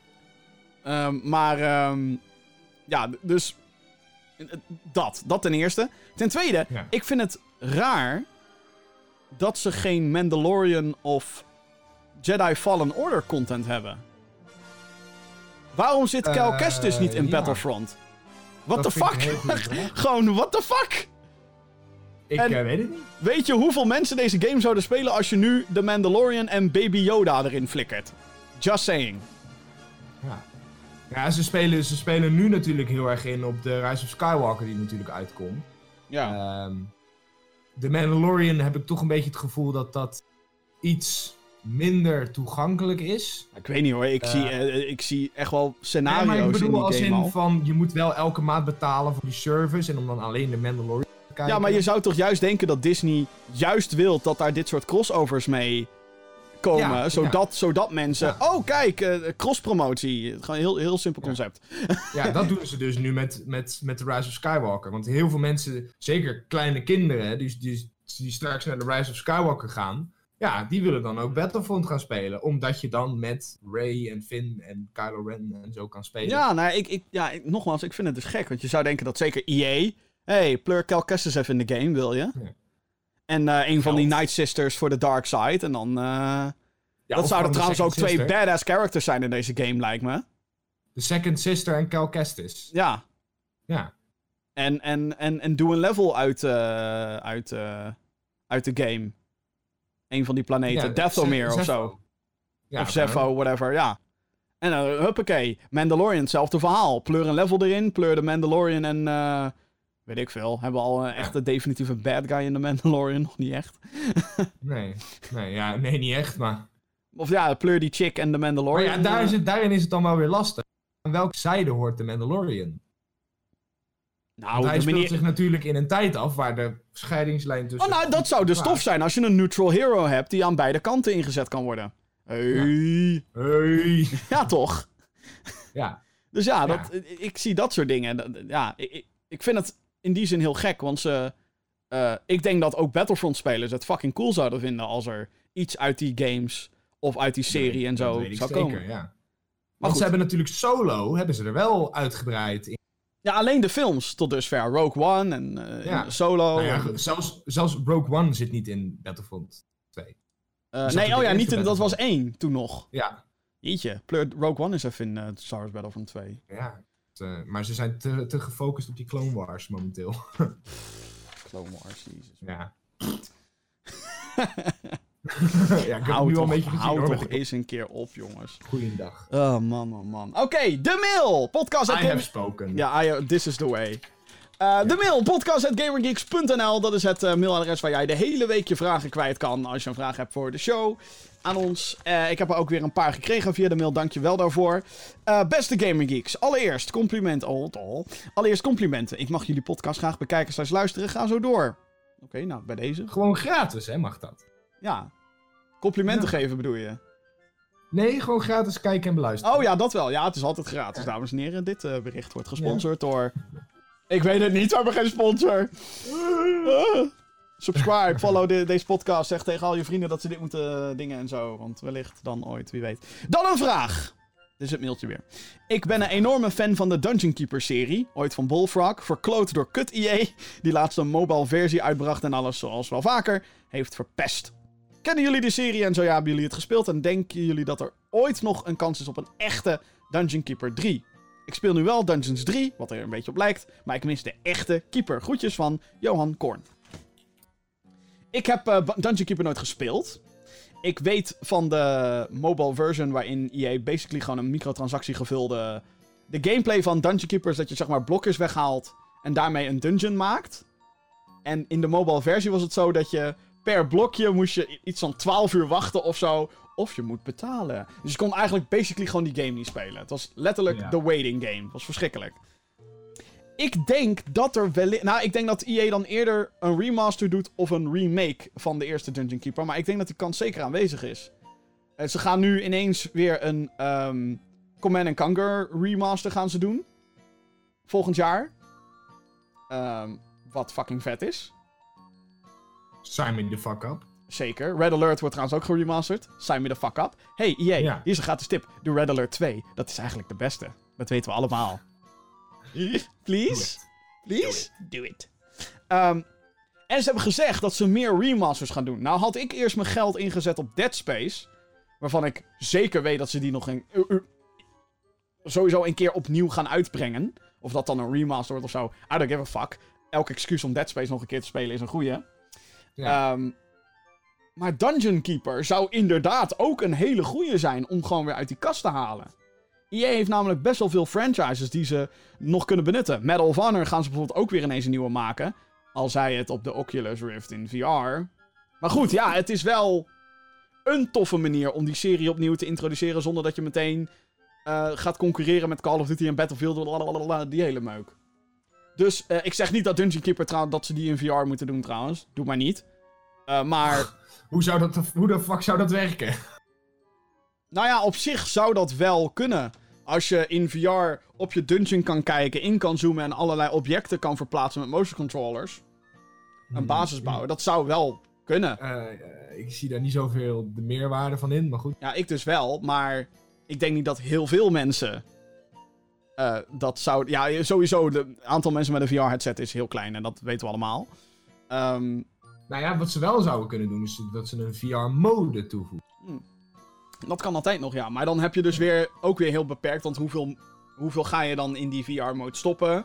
Ja, dus... Dat ten eerste. Ten tweede, ik vind het raar... dat ze geen Mandalorian of Jedi Fallen Order content hebben. Waarom zit Cal Kestis niet in Battlefront? What the fuck? Gewoon, what the fuck? Ik weet het niet. Weet je hoeveel mensen deze game zouden spelen als je nu de Mandalorian en Baby Yoda erin flikkert? Just saying. Ja, ze spelen nu natuurlijk heel erg in op de Rise of Skywalker die natuurlijk uitkomt. Ja. De Mandalorian heb ik toch een beetje het gevoel dat dat iets minder toegankelijk is. Ik weet niet hoor, ik zie echt wel scenario's maar ik bedoel, in die als game al. van, je moet wel elke maand betalen voor die service en om dan alleen de Mandalorian te kijken. Ja, maar je zou toch juist denken dat Disney juist wil dat daar dit soort crossovers mee komen, zodat mensen... Ja. Oh, kijk, cross-promotie. Gewoon een heel simpel concept. Ja, dat doen ze dus nu met The Rise of Skywalker. Want heel veel mensen, zeker kleine kinderen, die straks naar The Rise of Skywalker gaan, ja, die willen dan ook Battlefront gaan spelen. Omdat je dan met Rey en Finn en Kylo Ren en zo kan spelen. Ja, nou, nogmaals, ik vind het dus gek. Want je zou denken dat zeker EA... Hey, pleur Cal Kestis even in de game, wil je? Ja. En een van die Night Sisters voor de Dark Side. En dan... dat zouden trouwens ook 2 badass characters zijn in deze game, lijkt me. De Second Sister en Cal Kestis. Ja. Ja. En doe een level uit de game. Een van die planeten. Ja, Dathomir of zo. Ja, of Zepho, whatever, ja. En huppakee. Mandalorian, hetzelfde verhaal. Pleur een level erin. Pleur de Mandalorian en... weet ik veel. Hebben we al een echte definitieve bad guy in de Mandalorian? Nog niet echt. Nee, niet echt, maar... Of ja, pleur die chick en de Mandalorian. Maar ja, daarin is het dan wel weer lastig. Aan welke zijde hoort de Mandalorian? Nou, hij speelt zich natuurlijk in een tijd af waar de scheidingslijn tussen... Oh, nou, dat zou dus tof zijn als je een neutral hero hebt die aan beide kanten ingezet kan worden. Hey. Ja, toch? Ja. Dus ja, ik zie dat soort dingen. Ja, ik vind het in die zin heel gek, want ik denk dat ook Battlefront-spelers het fucking cool zouden vinden als er iets uit die games of uit die serie en zo zou komen. Zeker, ja. Want ze hebben natuurlijk Solo, hebben ze er wel uitgebreid in. Ja, alleen de films tot dusver. Rogue One en Solo. Nou ja, zelfs Rogue One zit niet in Battlefront 2. Dat was 1 toen nog. Ja. Jeetje, Rogue One is even in Star Wars Battlefront 2. Ja, maar ze zijn te gefocust op die Clone Wars momenteel. Clone Wars, jezus. Ja. Ja, ik heb het nu al een beetje gezien, hou hoor. toch eens een keer op, jongens. Goeiedag. Oh, man. Oké, de mail. Podcast I have spoken. Ja, this is the way. De mail, podcast@gamergeeks.nl. Dat is het mailadres waar jij de hele week je vragen kwijt kan. Als je een vraag hebt voor de show aan ons. Ik heb er ook weer een paar gekregen via de mail. Dank je wel daarvoor. Beste Gamergeeks, allereerst complimenten. Ik mag jullie podcast graag bekijken / luisteren. Ga zo door. Oké, nou, bij deze. Gewoon gratis, hè, mag dat? Ja. Complimenten geven bedoel je? Nee, gewoon gratis kijken en beluisteren. Oh ja, dat wel. Ja, het is altijd gratis, dames en heren. Dit bericht wordt gesponsord door... Ik weet het niet, we hebben geen sponsor. Subscribe, follow deze podcast. Zeg tegen al je vrienden dat ze dit moeten dingen en zo. Want wellicht dan ooit, wie weet. Dan een vraag. Dit is het mailtje weer. Ik ben een enorme fan van de Dungeon Keeper serie. Ooit van Bullfrog. Verkloot door kut EA. Die laatst een mobile versie uitbracht en alles zoals wel vaker heeft verpest. Kennen jullie de serie en zo ja, hebben jullie het gespeeld? En denken jullie dat er ooit nog een kans is op een echte Dungeon Keeper 3? Ik speel nu wel Dungeons 3, wat er een beetje op lijkt, maar ik mis de echte Keeper. Groetjes van Johan Korn. Ik heb Dungeon Keeper nooit gespeeld. Ik weet van de mobile version waarin EA basically gewoon een microtransactie gevulde... De gameplay van Dungeon Keeper is dat je zeg maar blokjes weghaalt en daarmee een dungeon maakt. En in de mobile versie was het zo dat je per blokje moest je iets van 12 uur wachten of zo... Of je moet betalen. Dus je kon eigenlijk basically gewoon die game niet spelen. Het was letterlijk de waiting game. Het was verschrikkelijk. Ik denk dat er wellicht... Nou, ik denk dat EA dan eerder een remaster doet of een remake van de eerste Dungeon Keeper. Maar ik denk dat die kans zeker aanwezig is. Ze gaan nu ineens weer een Command & Conquer remaster gaan ze doen. Volgend jaar. Wat fucking vet is. Sign me the fuck up. Zeker. Red Alert wordt trouwens ook geremasterd. Sign me the fuck up. Hey, EA, hier is een gratis tip. Doe Red Alert 2. Dat is eigenlijk de beste. Dat weten we allemaal. Please? Please? Do it. En ze hebben gezegd dat ze meer remasters gaan doen. Nou had ik eerst mijn geld ingezet op Dead Space. Waarvan ik zeker weet dat ze die nog sowieso een keer opnieuw gaan uitbrengen. Of dat dan een remaster wordt of zo. I don't give a fuck. Elk excuus om Dead Space nog een keer te spelen is een goeie. Ja. Maar Dungeon Keeper zou inderdaad ook een hele goeie zijn om gewoon weer uit die kast te halen. EA heeft namelijk best wel veel franchises die ze nog kunnen benutten. Medal of Honor gaan ze bijvoorbeeld ook weer ineens een nieuwe maken. Al zij het op de Oculus Rift in VR. Maar goed, ja, het is wel een toffe manier om die serie opnieuw te introduceren zonder dat je meteen gaat concurreren met Call of Duty en Battlefield, die hele meuk. Dus ik zeg niet dat Dungeon Keeper dat ze die in VR moeten doen trouwens. Doe maar niet. Maar... Hoe de fuck zou dat werken? Nou ja, op zich zou dat wel kunnen. Als je in VR op je dungeon kan kijken, in kan zoomen en allerlei objecten kan verplaatsen met motion controllers. Een basis bouwen, dat zou wel kunnen. Ik zie daar niet zoveel de meerwaarde van in, maar goed. Ja, ik dus wel, maar ik denk niet dat heel veel mensen dat zouden... Ja, sowieso, het aantal mensen met een VR-headset is heel klein en dat weten we allemaal. Nou ja, wat ze wel zouden kunnen doen, is dat ze een VR-mode toevoegen. Dat kan altijd nog, ja. Maar dan heb je dus weer ook weer heel beperkt, want hoeveel ga je dan in die VR-mode stoppen?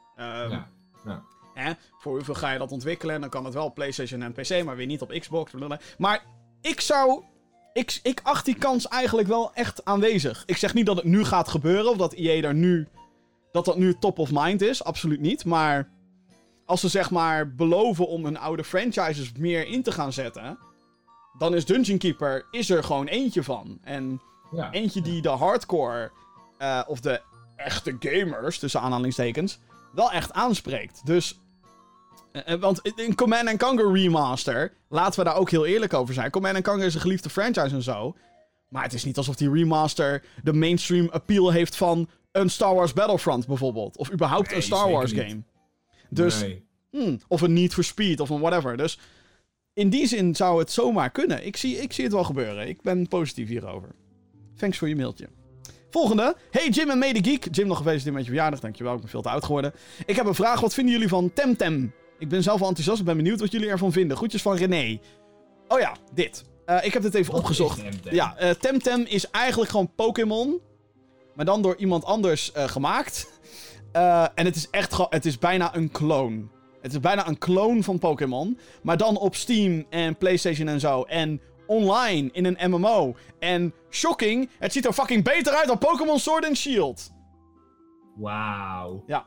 Voor hoeveel ga je dat ontwikkelen? Dan kan het wel op PlayStation en PC, maar weer niet op Xbox. Maar ik acht die kans eigenlijk wel echt aanwezig. Ik zeg niet dat het nu gaat gebeuren, of dat EA dat nu top of mind is. Absoluut niet, maar... Als ze zeg maar beloven om hun oude franchises meer in te gaan zetten... Dan is Dungeon Keeper er gewoon eentje van. En eentje die de hardcore... of de echte gamers, tussen aanhalingstekens... wel echt aanspreekt. Dus... want in Command & Conquer Remaster... Laten we daar ook heel eerlijk over zijn. Command & Conquer is een geliefde franchise en zo. Maar het is niet alsof die remaster... de mainstream appeal heeft van... een Star Wars Battlefront bijvoorbeeld. Of überhaupt een Star Wars game. Dus, of een Need for Speed of een whatever. Dus in die zin zou het zomaar kunnen. Ik zie het wel gebeuren. Ik ben positief hierover. Thanks voor je mailtje. Volgende. Hey Jim en Mede Geek. Jim, nog gefeliciteerd met je verjaardag. Dankjewel, ik ben veel te oud geworden. Ik heb een vraag. Wat vinden jullie van Temtem? Ik ben zelf wel enthousiast. Ik ben benieuwd wat jullie ervan vinden. Groetjes van René. Oh ja, dit. Ik heb dit even opgezocht. Temtem? Ja, Temtem is eigenlijk gewoon Pokémon. Maar dan door iemand anders gemaakt. En het is bijna een clone. Het is bijna een clone van Pokémon. Maar dan op Steam en PlayStation en zo. En online in een MMO. En shocking, het ziet er fucking beter uit dan Pokémon Sword and Shield. Wauw. Ja.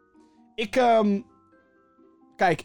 Kijk,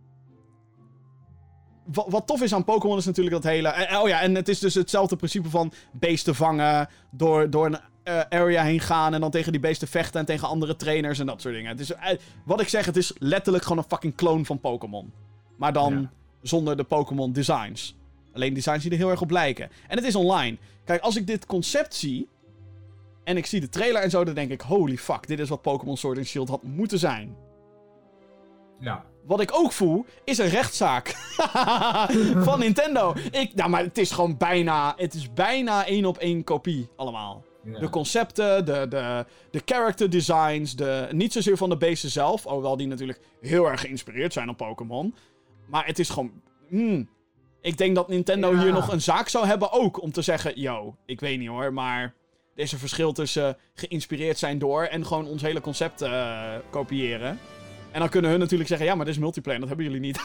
Wat tof is aan Pokémon is natuurlijk dat hele... en het is dus hetzelfde principe van beesten vangen, door een area heen gaan en dan tegen die beesten vechten en tegen andere trainers en dat soort dingen. Het is, wat ik zeg, het is letterlijk gewoon een fucking clone van Pokémon. Maar dan zonder de Pokémon designs. Alleen designs die er heel erg op lijken. En het is online. Kijk, als ik dit concept zie en ik zie de trailer en zo, dan denk ik, holy fuck, dit is wat Pokémon Sword and Shield had moeten zijn. Ja. Wat ik ook voel, is een rechtszaak van Nintendo. Maar het is gewoon bijna 1-op-1 kopie allemaal. Ja. De concepten, de character designs, niet zozeer van de beesten zelf, alhoewel die natuurlijk heel erg geïnspireerd zijn op Pokémon. Maar het is gewoon... Ik denk dat Nintendo hier nog een zaak zou hebben ook, om te zeggen, yo, ik weet niet hoor, maar er is een verschil tussen geïnspireerd zijn door en gewoon ons hele concept kopiëren. En dan kunnen hun natuurlijk zeggen, ja, maar dit is multiplayer, dat hebben jullie niet.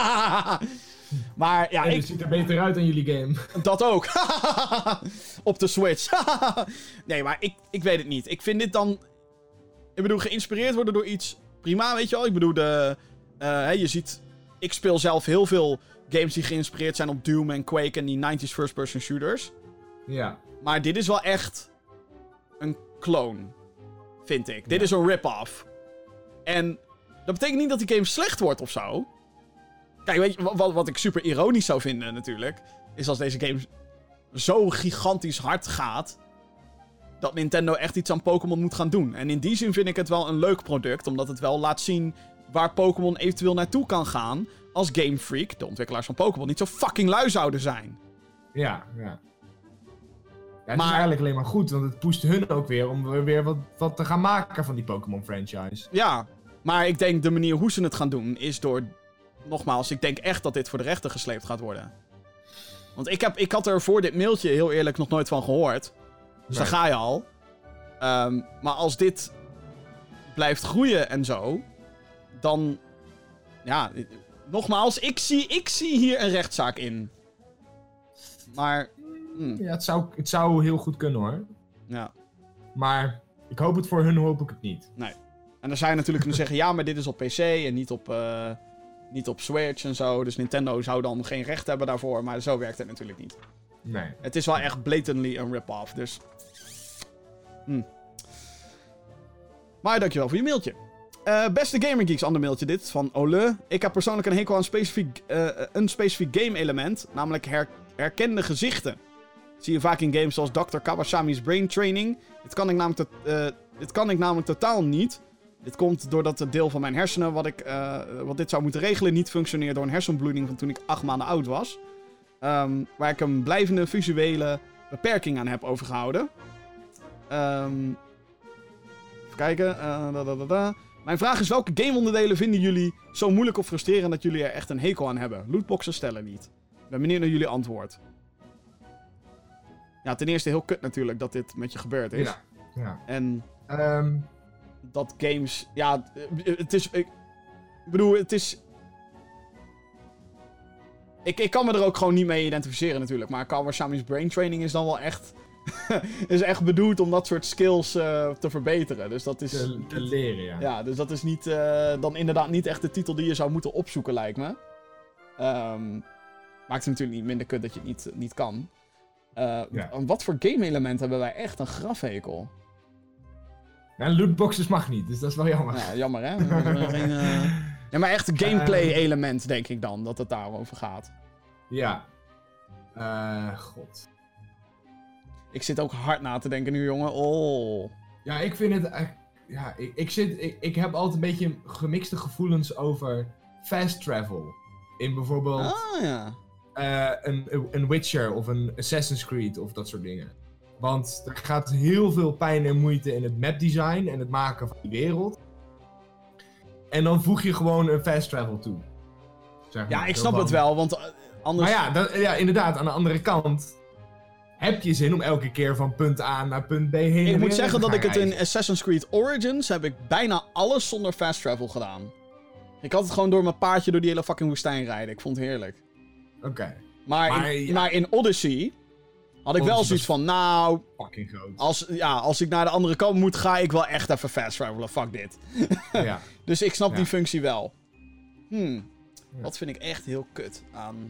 Maar ja, het ziet er beter uit dan jullie game. Dat ook. Op de Switch. Nee, maar ik weet het niet. Ik vind dit dan... Ik bedoel, geïnspireerd worden door iets prima, weet je wel. Ik bedoel, je ziet... Ik speel zelf heel veel games die geïnspireerd zijn op Doom en Quake en die 90s first-person shooters. Ja. Maar dit is wel echt een clone, vind ik. Dit is een rip-off. En dat betekent niet dat die game slecht wordt of zo. Kijk, weet je, wat ik super ironisch zou vinden natuurlijk, is als deze game zo gigantisch hard gaat, dat Nintendo echt iets aan Pokémon moet gaan doen. En in die zin vind ik het wel een leuk product, omdat het wel laat zien waar Pokémon eventueel naartoe kan gaan als Game Freak, de ontwikkelaars van Pokémon, niet zo fucking lui zouden zijn. Ja. Ja, het is eigenlijk alleen maar goed, want het pusht hun ook weer om weer wat te gaan maken van die Pokémon franchise. Ja, maar ik denk de manier hoe ze het gaan doen is door... Nogmaals, ik denk echt dat dit voor de rechter gesleept gaat worden. Want ik had er voor dit mailtje heel eerlijk nog nooit van gehoord. Dus daar ga je al. Maar als dit blijft groeien en zo, dan... Ja, nogmaals, ik zie hier een rechtszaak in. Maar... Ja, het zou heel goed kunnen hoor. Ja. Maar ik hoop het voor hun, hoop ik het niet. Nee. En dan zou je natuurlijk kunnen zeggen, ja, maar dit is op PC en niet op Switch en zo. Dus Nintendo zou dan geen recht hebben daarvoor. Maar zo werkt het natuurlijk niet. Nee. Het is wel echt blatantly een rip-off, dus... Maar dankjewel voor je mailtje. Beste Gamer Geeks, ander mailtje dit, van Ole. Ik heb persoonlijk een hekel aan een specifiek game-element, namelijk herkende gezichten. Dat zie je vaak in games zoals Dr. Kawasami's Brain Training. Dit kan ik namelijk totaal niet. Dit komt doordat het deel van mijn hersenen wat dit zou moeten regelen niet functioneert door een hersenbloeding van toen ik 8 maanden oud was. Waar ik een blijvende visuele beperking aan heb overgehouden. Even kijken. Mijn vraag is, welke gameonderdelen vinden jullie zo moeilijk of frustrerend dat jullie er echt een hekel aan hebben? Lootboxen stellen niet. Ik ben benieuwd naar jullie antwoord. Ja, ten eerste heel kut natuurlijk dat dit met je gebeurd is. Ja. En dat games... Ja, het is... Ik bedoel, het is... Ik kan me er ook gewoon niet mee identificeren natuurlijk. Maar Kawasami's Brain Training is dan wel echt... is echt bedoeld om dat soort skills te verbeteren. Dus dat is... Te leren, ja. Ja, dus dat is niet... dan inderdaad niet echt de titel die je zou moeten opzoeken, lijkt me. Maakt het natuurlijk niet minder kut dat je het niet kan. Wat voor game-element hebben wij echt een grafhekel? Ja, lootboxes mag niet, dus dat is wel jammer. Ja, jammer hè? Ja, maar echt een gameplay-element denk ik dan, dat het daarover gaat. Ja. God. Ik zit ook hard na te denken nu, jongen. Oh. Ja, ik vind het... Ja, ik heb altijd een beetje gemixte gevoelens over fast travel. In bijvoorbeeld... Ah, ja. Een Witcher of een Assassin's Creed of dat soort dingen. Want er gaat heel veel pijn en moeite in het mapdesign en het maken van die wereld. En dan voeg je gewoon een fast travel toe. Zeg maar. Ja, ik snap het wel, want anders... Maar ja, inderdaad, aan de andere kant... Heb je zin om elke keer van punt A naar punt B heen en weer Ik moet zeggen dat ik het reizen? in Assassin's Creed Origins heb ik bijna alles zonder fast travel gedaan. Ik had het gewoon door mijn paardje door die hele fucking woestijn rijden. Ik vond het heerlijk. Oké. Maar in Odyssey had ik wel zoiets van, nou... Fucking groot. Als ik naar de andere kant moet, ga ik wel echt even fast travelen. Fuck dit. Ja. Dus ik snap die functie wel. Wat vind ik echt heel kut aan...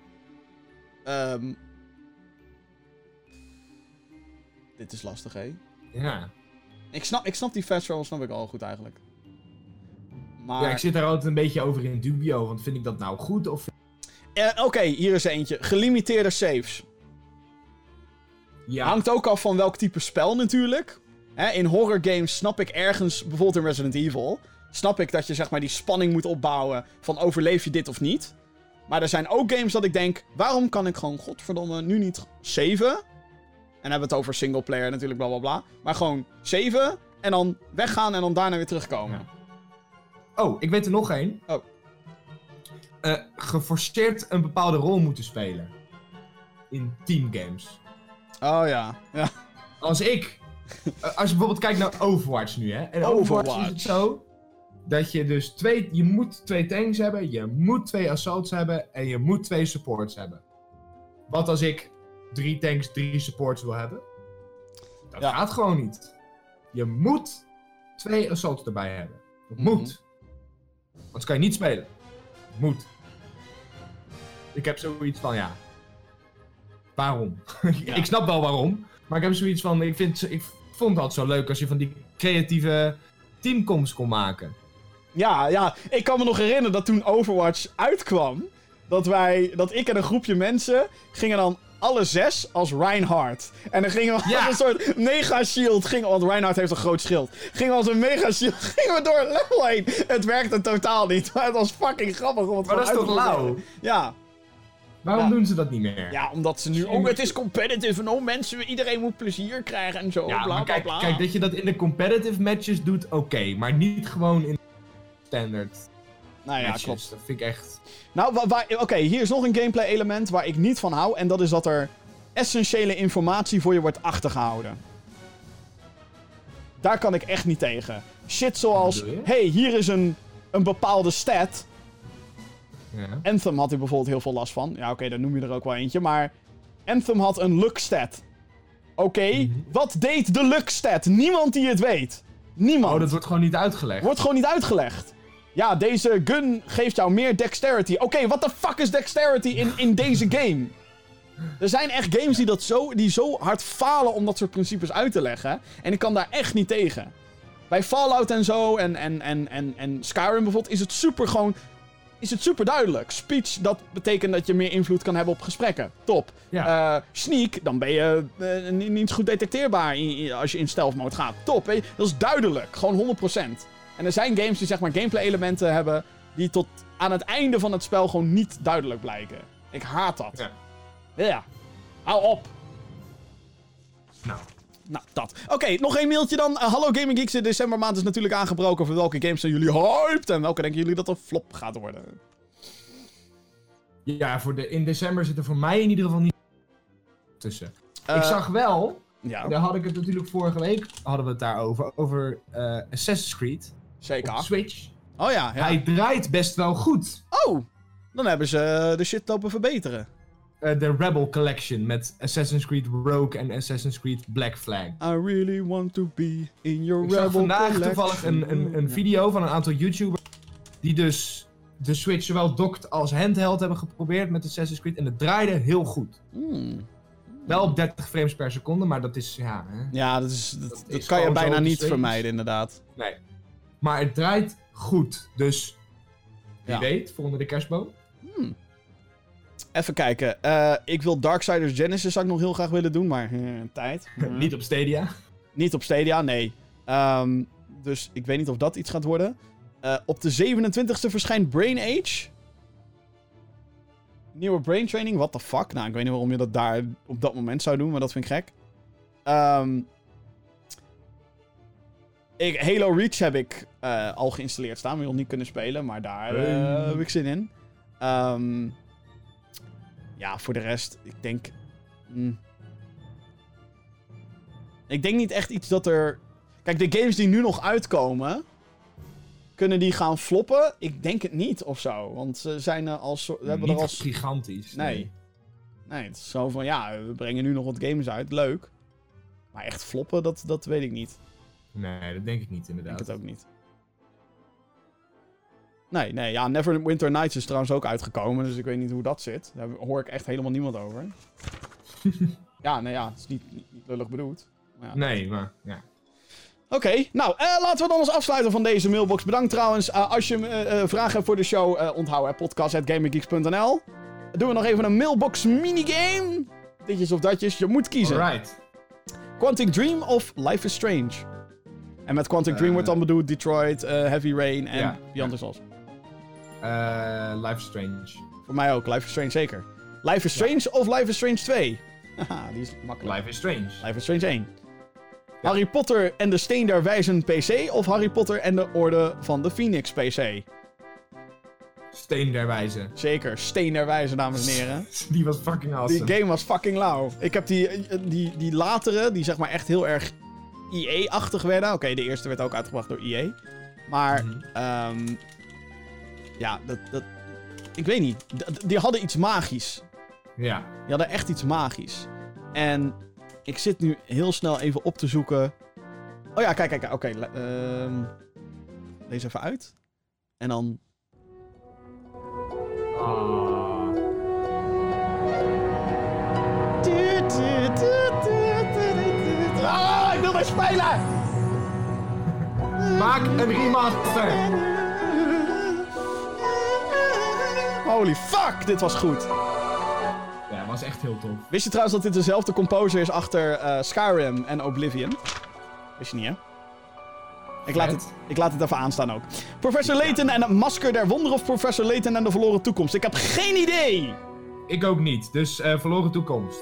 Dit is lastig, hè? Ja. Ik snap die fast travel, snap ik al goed eigenlijk. Maar... Ja, ik zit daar altijd een beetje over in dubio, want vind ik dat nou goed of... Oké, hier is eentje. Gelimiteerde saves. Ja. Hangt ook af van welk type spel natuurlijk. In horror games snap ik ergens, bijvoorbeeld in Resident Evil... snap ik dat je zeg maar die spanning moet opbouwen van overleef je dit of niet. Maar er zijn ook games dat ik denk, waarom kan ik gewoon godverdomme nu niet saven? En dan hebben we het over singleplayer natuurlijk, bla bla bla. Maar gewoon saven en dan weggaan en dan daarna weer terugkomen. Ja. Oh, ik weet er nog één. Oh. Geforceerd een bepaalde rol moeten spelen. In teamgames. Oh ja, ja. Als je bijvoorbeeld kijkt naar Overwatch nu, hè. En Overwatch is het zo dat je dus je moet 2 tanks hebben, je moet 2 assaults hebben en je moet 2 supports hebben. Wat als ik 3 tanks, 3 supports wil hebben? Dat gaat gewoon niet. Je moet 2 assaults erbij hebben. Dat moet. Anders kan je niet spelen. Moet. Ik heb zoiets van, ja... Waarom? Ja. Ik snap wel waarom. Maar ik heb zoiets van... Ik vond het altijd zo leuk als je van die creatieve teamcomps kon maken. Ja, ik kan me nog herinneren dat toen Overwatch uitkwam... dat ik en een groepje mensen gingen dan alle 6 als Reinhardt. En dan gingen we als een soort mega shield... want Reinhardt heeft een groot schild. Gingen we als een mega shield gingen we door het level heen. Het werkte totaal niet, maar het was fucking grappig. Om het maar dat is toch lauw? Ja. Waarom doen ze dat niet meer? Ja, omdat ze nu... het is competitive en mensen, iedereen moet plezier krijgen en zo. Ja, bla, maar bla, bla. kijk, dat je dat in de competitive matches doet, oké. Maar niet gewoon in standard matches. Klopt. Dat vind ik echt... Nou, oké, hier is nog een gameplay element waar ik niet van hou. En dat is dat er essentiële informatie voor je wordt achtergehouden. Daar kan ik echt niet tegen. Shit zoals, hey, hier is een bepaalde stat. Ja. Anthem had hier bijvoorbeeld heel veel last van. Ja, oké, daar noem je er ook wel eentje. Maar Anthem had een luck stat. Oké, wat deed de luck stat? Niemand die het weet. Niemand. Oh, dat wordt gewoon niet uitgelegd. Wordt gewoon niet uitgelegd. Ja, deze gun geeft jou meer dexterity. Oké, what the fuck is dexterity in deze game? Er zijn echt games die zo hard falen om dat soort principes uit te leggen. En ik kan daar echt niet tegen. Bij Fallout en zo en Skyrim bijvoorbeeld is het super duidelijk. Speech, dat betekent dat je meer invloed kan hebben op gesprekken. Top. Ja. Sneak, dan ben je niet goed detecteerbaar als je in stealth mode gaat. Top, weet je? Dat is duidelijk. Gewoon 100%. En er zijn games die zeg maar gameplay elementen hebben die tot aan het einde van het spel gewoon niet duidelijk blijken. Ik haat dat. Ja. Hou op. Nou, dat. Oké, nog één mailtje dan. Hallo Gaming Geeks, de decembermaand is natuurlijk aangebroken. Voor welke games zijn jullie hyped? En welke denken jullie dat een flop gaat worden? Ja, in december zit er voor mij in ieder geval niet tussen. Ik zag wel, daar had ik het natuurlijk vorige week, hadden we het daarover, over Assassin's Creed. Zeker. Op Switch. Oh ja. Hij draait best wel goed. Oh, dan hebben ze de shit lopen verbeteren. De Rebel Collection met Assassin's Creed Rogue en Assassin's Creed Black Flag. I really want to be in your Rebel Collection. Ik zag vandaag toevallig een video van een aantal YouTubers die dus de Switch zowel docked als handheld hebben geprobeerd met Assassin's Creed en het draaide heel goed. Wel op 30 frames per seconde, maar dat is, ja... Hè, ja, dat kan je bijna niet vermijden, inderdaad. Nee. Maar het draait goed, dus wie weet, volgende de kerstboom. Even kijken. Ik wil Darksiders Genesis zou ik nog heel graag willen doen, maar tijd. Niet op Stadia. Niet op Stadia, nee. Dus ik weet niet of dat iets gaat worden. Op de 27e verschijnt Brain Age. Nieuwe Brain Training, what the fuck? Nou, ik weet niet waarom je dat daar op dat moment zou doen, maar dat vind ik gek. Halo Reach heb ik al geïnstalleerd staan, maar nog niet kunnen spelen, maar daar heb ik zin in. Ja, voor de rest, ik denk... Ik denk niet echt iets dat er... Kijk, de games die nu nog uitkomen... Kunnen die gaan floppen? Ik denk het niet, of zo. Want ze zijn hebben niet er al... gigantisch. Nee. Nee, het is zo van, ja, we brengen nu nog wat games uit. Leuk. Maar echt floppen, dat weet ik niet. Nee, dat denk ik niet, Ik inderdaad. denk het ook niet. Nee, ja, Neverwinter Nights is trouwens ook uitgekomen, dus ik weet niet hoe dat zit. Daar hoor ik echt helemaal niemand over. Ja, nee, ja, het is niet lullig bedoeld. Maar ja. Nee, maar ja. Oké, nou, laten we dan eens afsluiten van deze mailbox. Bedankt trouwens. Als je vragen hebt voor de show, onthoud podcast@gaminggeeks.nl. Doen we nog even een mailbox minigame. Ditjes of datjes, je moet kiezen. Alright. Quantic Dream of Life is Strange? En met Quantic Dream wordt dan bedoeld Detroit, Heavy Rain en Beyond the Souls. Life is Strange. Voor mij ook, Life is Strange zeker. Life is Strange of Life is Strange 2? Haha, die is makkelijk. Life is Strange. Life is Strange 1. Ja. Harry Potter en de Steen der Wijzen PC of Harry Potter en de Orde van de Phoenix PC? Steen der Wijze. Zeker, Steen der Wijzen, dames en heren. Die was fucking awesome. Die game was fucking lauw. Ik heb die latere, die zeg maar echt heel erg EA-achtig werden. Oké, de eerste werd ook uitgebracht door EA. Maar, ja, ik weet niet. Die hadden iets magisch. Ja. Die hadden echt iets magisch. En ik zit nu heel snel even op te zoeken. Oh ja, kijk. Oké, lees even uit. En dan... Ik wil maar spelen! Maak een remaster! Holy fuck, dit was goed. Ja, dat was echt heel tof. Wist je trouwens dat dit dezelfde composer is achter Skyrim en Oblivion? Wist je niet, hè? Ik laat het even aanstaan ook. Professor Layton en het Masker der Wonderen of Professor Layton en de Verloren Toekomst? Ik heb geen idee! Ik ook niet, dus verloren toekomst.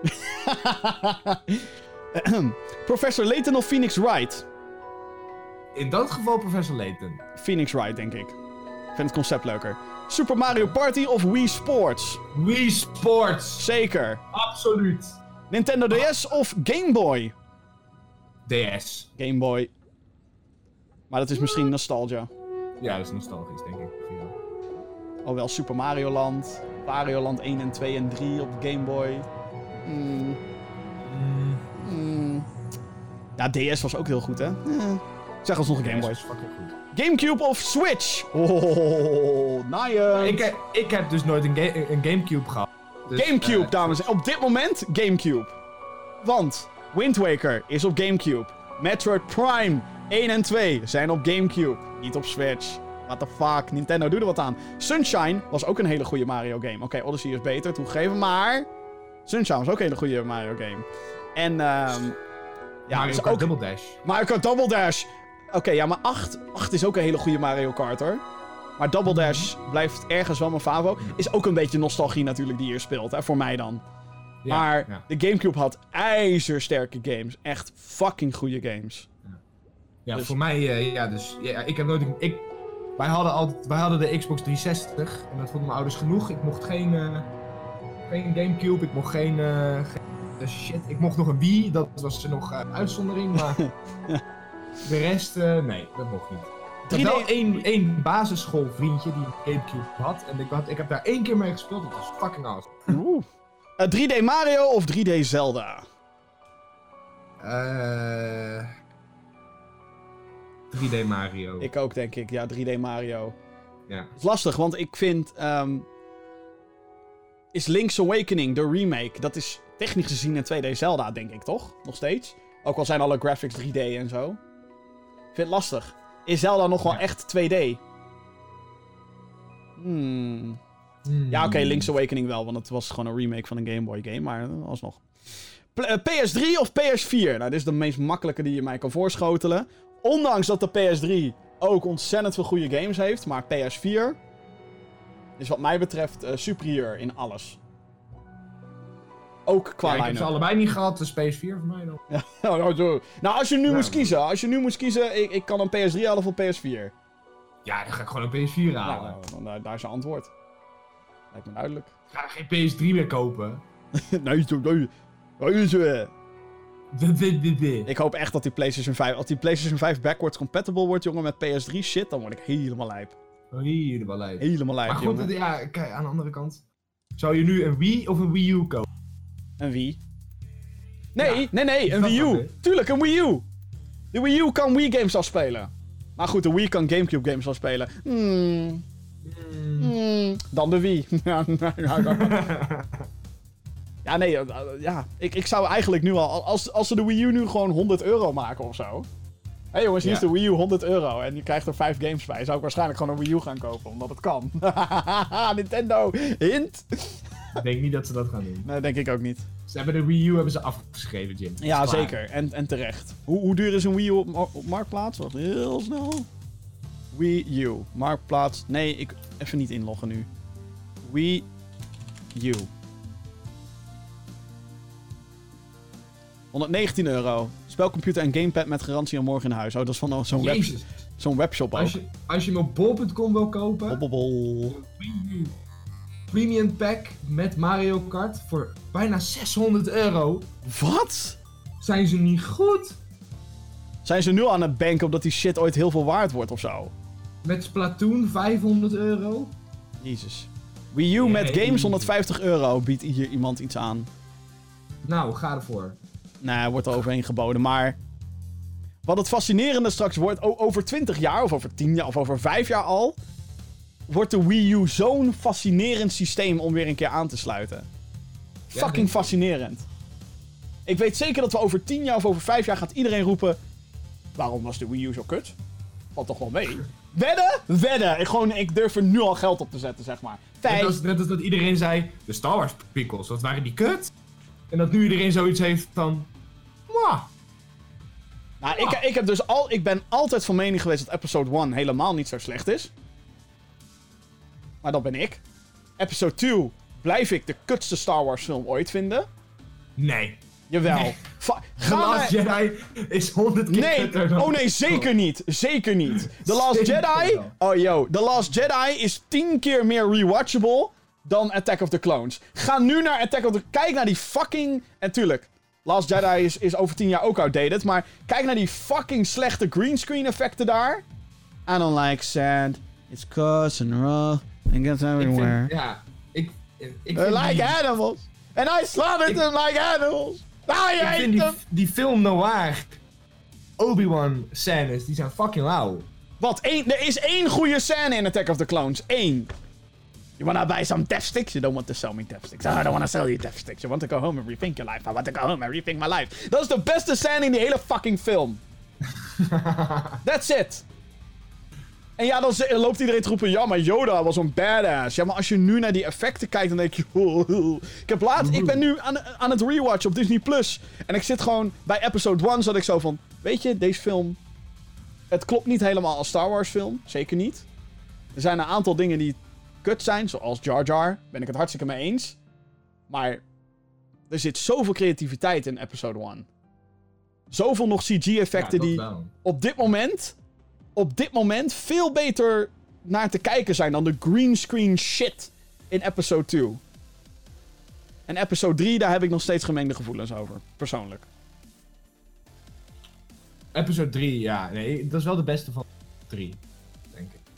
Professor Layton of Phoenix Wright? In dat geval Professor Layton. Phoenix Wright, denk ik. Ik vind het concept leuker. Super Mario Party of Wii Sports? Wii Sports! Zeker. Absoluut. Nintendo DS of Game Boy? DS. Game Boy. Maar dat is misschien nostalgia. Ja, dat is nostalgisch, denk ik. Ja. Alhoewel Super Mario Land, Wario Land 1 en 2 en 3 op Game Boy. Ja, DS was ook heel goed, hè? Zeg alsnog Game Boy. DS is fucking goed. Gamecube of Switch? Oh, nice. Ik heb dus nooit een Gamecube gehad. Dus, Gamecube, dames en heren. Op dit moment Gamecube. Want Wind Waker is op Gamecube. Metroid Prime 1 en 2 zijn op Gamecube. Niet op Switch. What the fuck? Nintendo, doe er wat aan. Sunshine was ook een hele goede Mario game. Oké, Odyssey is beter, toegegeven, maar... Sunshine was ook een hele goede Mario game. En, ja, Mario Kart Double Dash. Mario Kart Double Dash. Oké, ja, maar 8 is ook een hele goede Mario Kart, hoor. Maar Double Dash blijft ergens wel mijn favo. Is ook een beetje nostalgie natuurlijk die hier speelt, hè, voor mij dan. Ja, maar ja. de Gamecube had ijzersterke games. Echt fucking goede games. Ja, Dus- voor mij, dus ja, ik heb nooit... Wij hadden de Xbox 360 en dat vonden mijn ouders genoeg. Ik mocht geen Gamecube, ik mocht geen shit. Ik mocht nog een Wii, dat was er nog uitzondering, maar de rest, nee, dat mocht niet. Ik had wel één basisschoolvriendje die een Gamecube had en ik heb daar 1 keer mee gespeeld, dat was fucking awesome. Oeh. 3D Mario of 3D Zelda? 3D Mario. Ik ook, denk ik. Ja, 3D Mario. Ja. Het is lastig, want ik vind... is Link's Awakening, de remake, dat is technisch gezien een 2D Zelda, denk ik, toch? Nog steeds. Ook al zijn alle graphics 3D en zo. Ik vind het lastig. Is Zelda nog wel echt 2D? Ja, oké, Link's Awakening wel, want het was gewoon een remake van een Game Boy game, maar alsnog. PS3 of PS4? Nou, dit is de meest makkelijke die je mij kan voorschotelen. Ondanks dat de PS3 ook ontzettend veel goede games heeft, maar PS4 is wat mij betreft superieur in alles. Ook qua Ik heb line-up. ze allebei niet gehad, dus PS4 voor mij dan. Ja, nou, als je nu moest kiezen, ik kan een PS3 halen of een PS4. Ja, dan ga ik gewoon een PS4 halen. Nou, daar is je antwoord. Lijkt me duidelijk. Ik ga geen PS3 meer kopen. Nee. Ik hoop echt dat die PlayStation 5... Als die PlayStation 5 backwards compatible wordt, jongen, met PS3 shit, dan word ik helemaal lijp. Helemaal lijp. Helemaal lijp, Maar goed, jongen. ja, kijk, aan de andere kant. Zou je nu een Wii of een Wii U kopen? Een Wii. Nee, Ja, een dat Wii dan U. weer? Tuurlijk, een Wii U. De Wii U kan Wii games afspelen. Maar goed, de Wii kan Gamecube games afspelen. Dan de Wii. Ja, nee, ja. Ik zou eigenlijk nu al... Als ze de Wii U nu gewoon €100 maken of zo... Hé jongens, hier is de Wii U €100 en je krijgt er 5 games bij. Zou ik waarschijnlijk gewoon een Wii U gaan kopen, omdat het kan. Nintendo, hint! Ik denk niet dat ze dat gaan doen. Nee, denk ik ook niet. Ze hebben de Wii U afgeschreven, Jim. Dat is Ja, klaar. zeker. En terecht. Hoe duur is een Wii U op Marktplaats? Wacht, heel snel. Wii U. Marktplaats. Nee, ik... Even niet inloggen nu. Wii U. €119. Spelcomputer en gamepad met garantie al morgen in huis. Oh, dat is van Jezus. zo'n webshop ook. Als je hem op bol.com wil kopen... Bobbelbol. Wii U Premium Pack met Mario Kart voor bijna €600. Wat? Zijn ze niet goed? Zijn ze nu aan het banken omdat die shit ooit heel veel waard wordt of zo? Met Splatoon €500. Jezus. Wii U met games €150 biedt hier iemand iets aan. Nou, ga ervoor. Nou, er wordt er overheen geboden, maar... Wat het fascinerende straks wordt, over 20 jaar, of over 10 jaar, of over 5 jaar al... wordt de Wii U zo'n fascinerend systeem om weer een keer aan te sluiten. Ja, Fucking fascinerend. Ik weet zeker dat we over 10 jaar of over 5 jaar gaat iedereen roepen... Waarom was de Wii U zo kut? Valt toch wel mee? Wedden? Wedden. Ik durf er nu al geld op te zetten, zeg maar. Net als dat iedereen zei, de Star Wars prequels, wat waren die kut? En dat nu iedereen zoiets heeft van... Mwah. Nou, ik ben altijd van mening geweest dat episode 1 helemaal niet zo slecht is. Maar dat ben ik. Episode 2 blijf ik de kutste Star Wars film ooit vinden. Nee. Jawel. Nee. The Ga Last Jedi is 100 keer kutter dan... Oh nee, zeker niet. Zeker niet. The Last Jedi... Oh yo, The Last Jedi is 10 keer meer rewatchable dan Attack of the Clones. Ga nu naar Attack of the... Kijk naar die fucking... En tuurlijk, Last Jedi is over 10 jaar ook outdated, maar kijk naar die fucking slechte greenscreen effecten daar. I don't like sand. It's coarse and raw. It gets everywhere. Ik They're like animals. And I slaughtered them like animals. Ik vind die film noir, Obi-Wan scènes, die zijn fucking lauw. Wat? Er is één goede scène in Attack of the Clones. Eén. You wanna buy some death sticks? You don't want to sell me death sticks. I don't wanna sell you death sticks. You want to go home and rethink your life. I want to go home and rethink my life. Dat is de beste scène in die hele fucking film. That's it. En ja, dan loopt iedereen te roepen... Ja, maar Yoda was een badass. Ja, maar als je nu naar die effecten kijkt... Dan denk je... Ik ben nu aan het rewatchen op Disney+. En ik zit gewoon... Bij episode 1 zat ik zo van... Weet je, deze film... Het klopt niet helemaal als Star Wars film. Zeker niet. Er zijn een aantal dingen die kut zijn. Zoals Jar Jar. Ben ik het hartstikke mee eens. Maar... Er zit zoveel creativiteit in episode 1. Zoveel nog CG-effecten die... Op dit moment veel beter naar te kijken zijn dan de greenscreen shit in episode 2. En episode 3, daar heb ik nog steeds gemengde gevoelens over, persoonlijk. Episode 3, ja, nee, dat is wel de beste van 3, denk ik.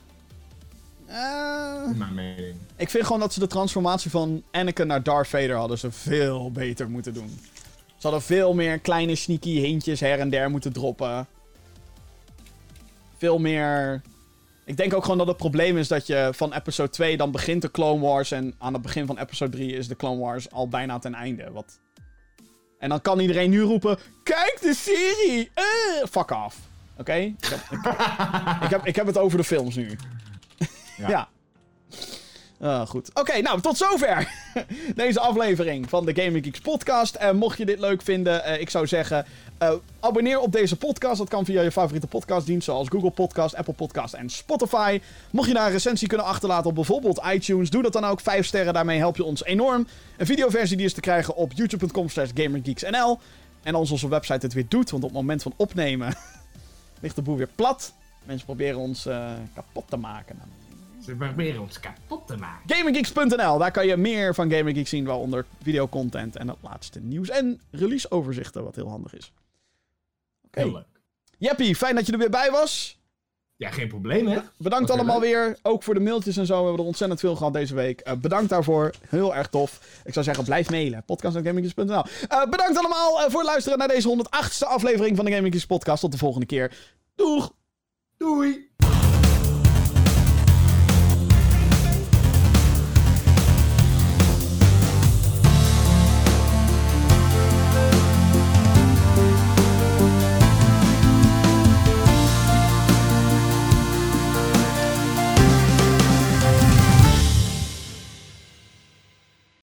In mijn mening. Ik vind gewoon dat ze de transformatie van Anakin naar Darth Vader hadden ze veel beter moeten doen. Ze hadden veel meer kleine sneaky hintjes her en der moeten droppen. Veel meer... Ik denk ook gewoon dat het probleem is dat je van episode 2... dan begint de Clone Wars... en aan het begin van episode 3 is de Clone Wars al bijna ten einde. Wat... En dan kan iedereen nu roepen... Kijk de serie! Fuck off. Oké? Ik heb het over de films nu. Ja. Goed. Oké, nou, tot zover deze aflevering van de Gaming Geeks podcast. Mocht je dit leuk vinden, ik zou zeggen... abonneer op deze podcast. Dat kan via je favoriete podcastdienst, zoals Google Podcast, Apple Podcast en Spotify. Mocht je daar een recensie kunnen achterlaten op bijvoorbeeld iTunes, doe dat dan ook. 5 sterren, daarmee help je ons enorm. Een videoversie die is te krijgen op youtube.com/gamergeeksnl. En als onze website het weer doet, want op het moment van opnemen ligt de boel weer plat. Mensen proberen ons kapot te maken. Ze proberen ons kapot te maken. GamingGeeks.nl, daar kan je meer van Gaming Geeks zien, waaronder videocontent en het laatste nieuws en releaseoverzichten, wat heel handig is. Oké. Heel leuk. Jeppie, fijn dat je er weer bij was. Ja, geen probleem, hè? Bedankt allemaal weer. Ook voor de mailtjes en zo. We hebben er ontzettend veel gehad deze week. Bedankt daarvoor. Heel erg tof. Ik zou zeggen, blijf mailen. podcast@gaminggeeks.nl. Bedankt allemaal voor het luisteren naar deze 108e aflevering van de Gaming Geeks podcast. Tot de volgende keer. Doeg! Doei!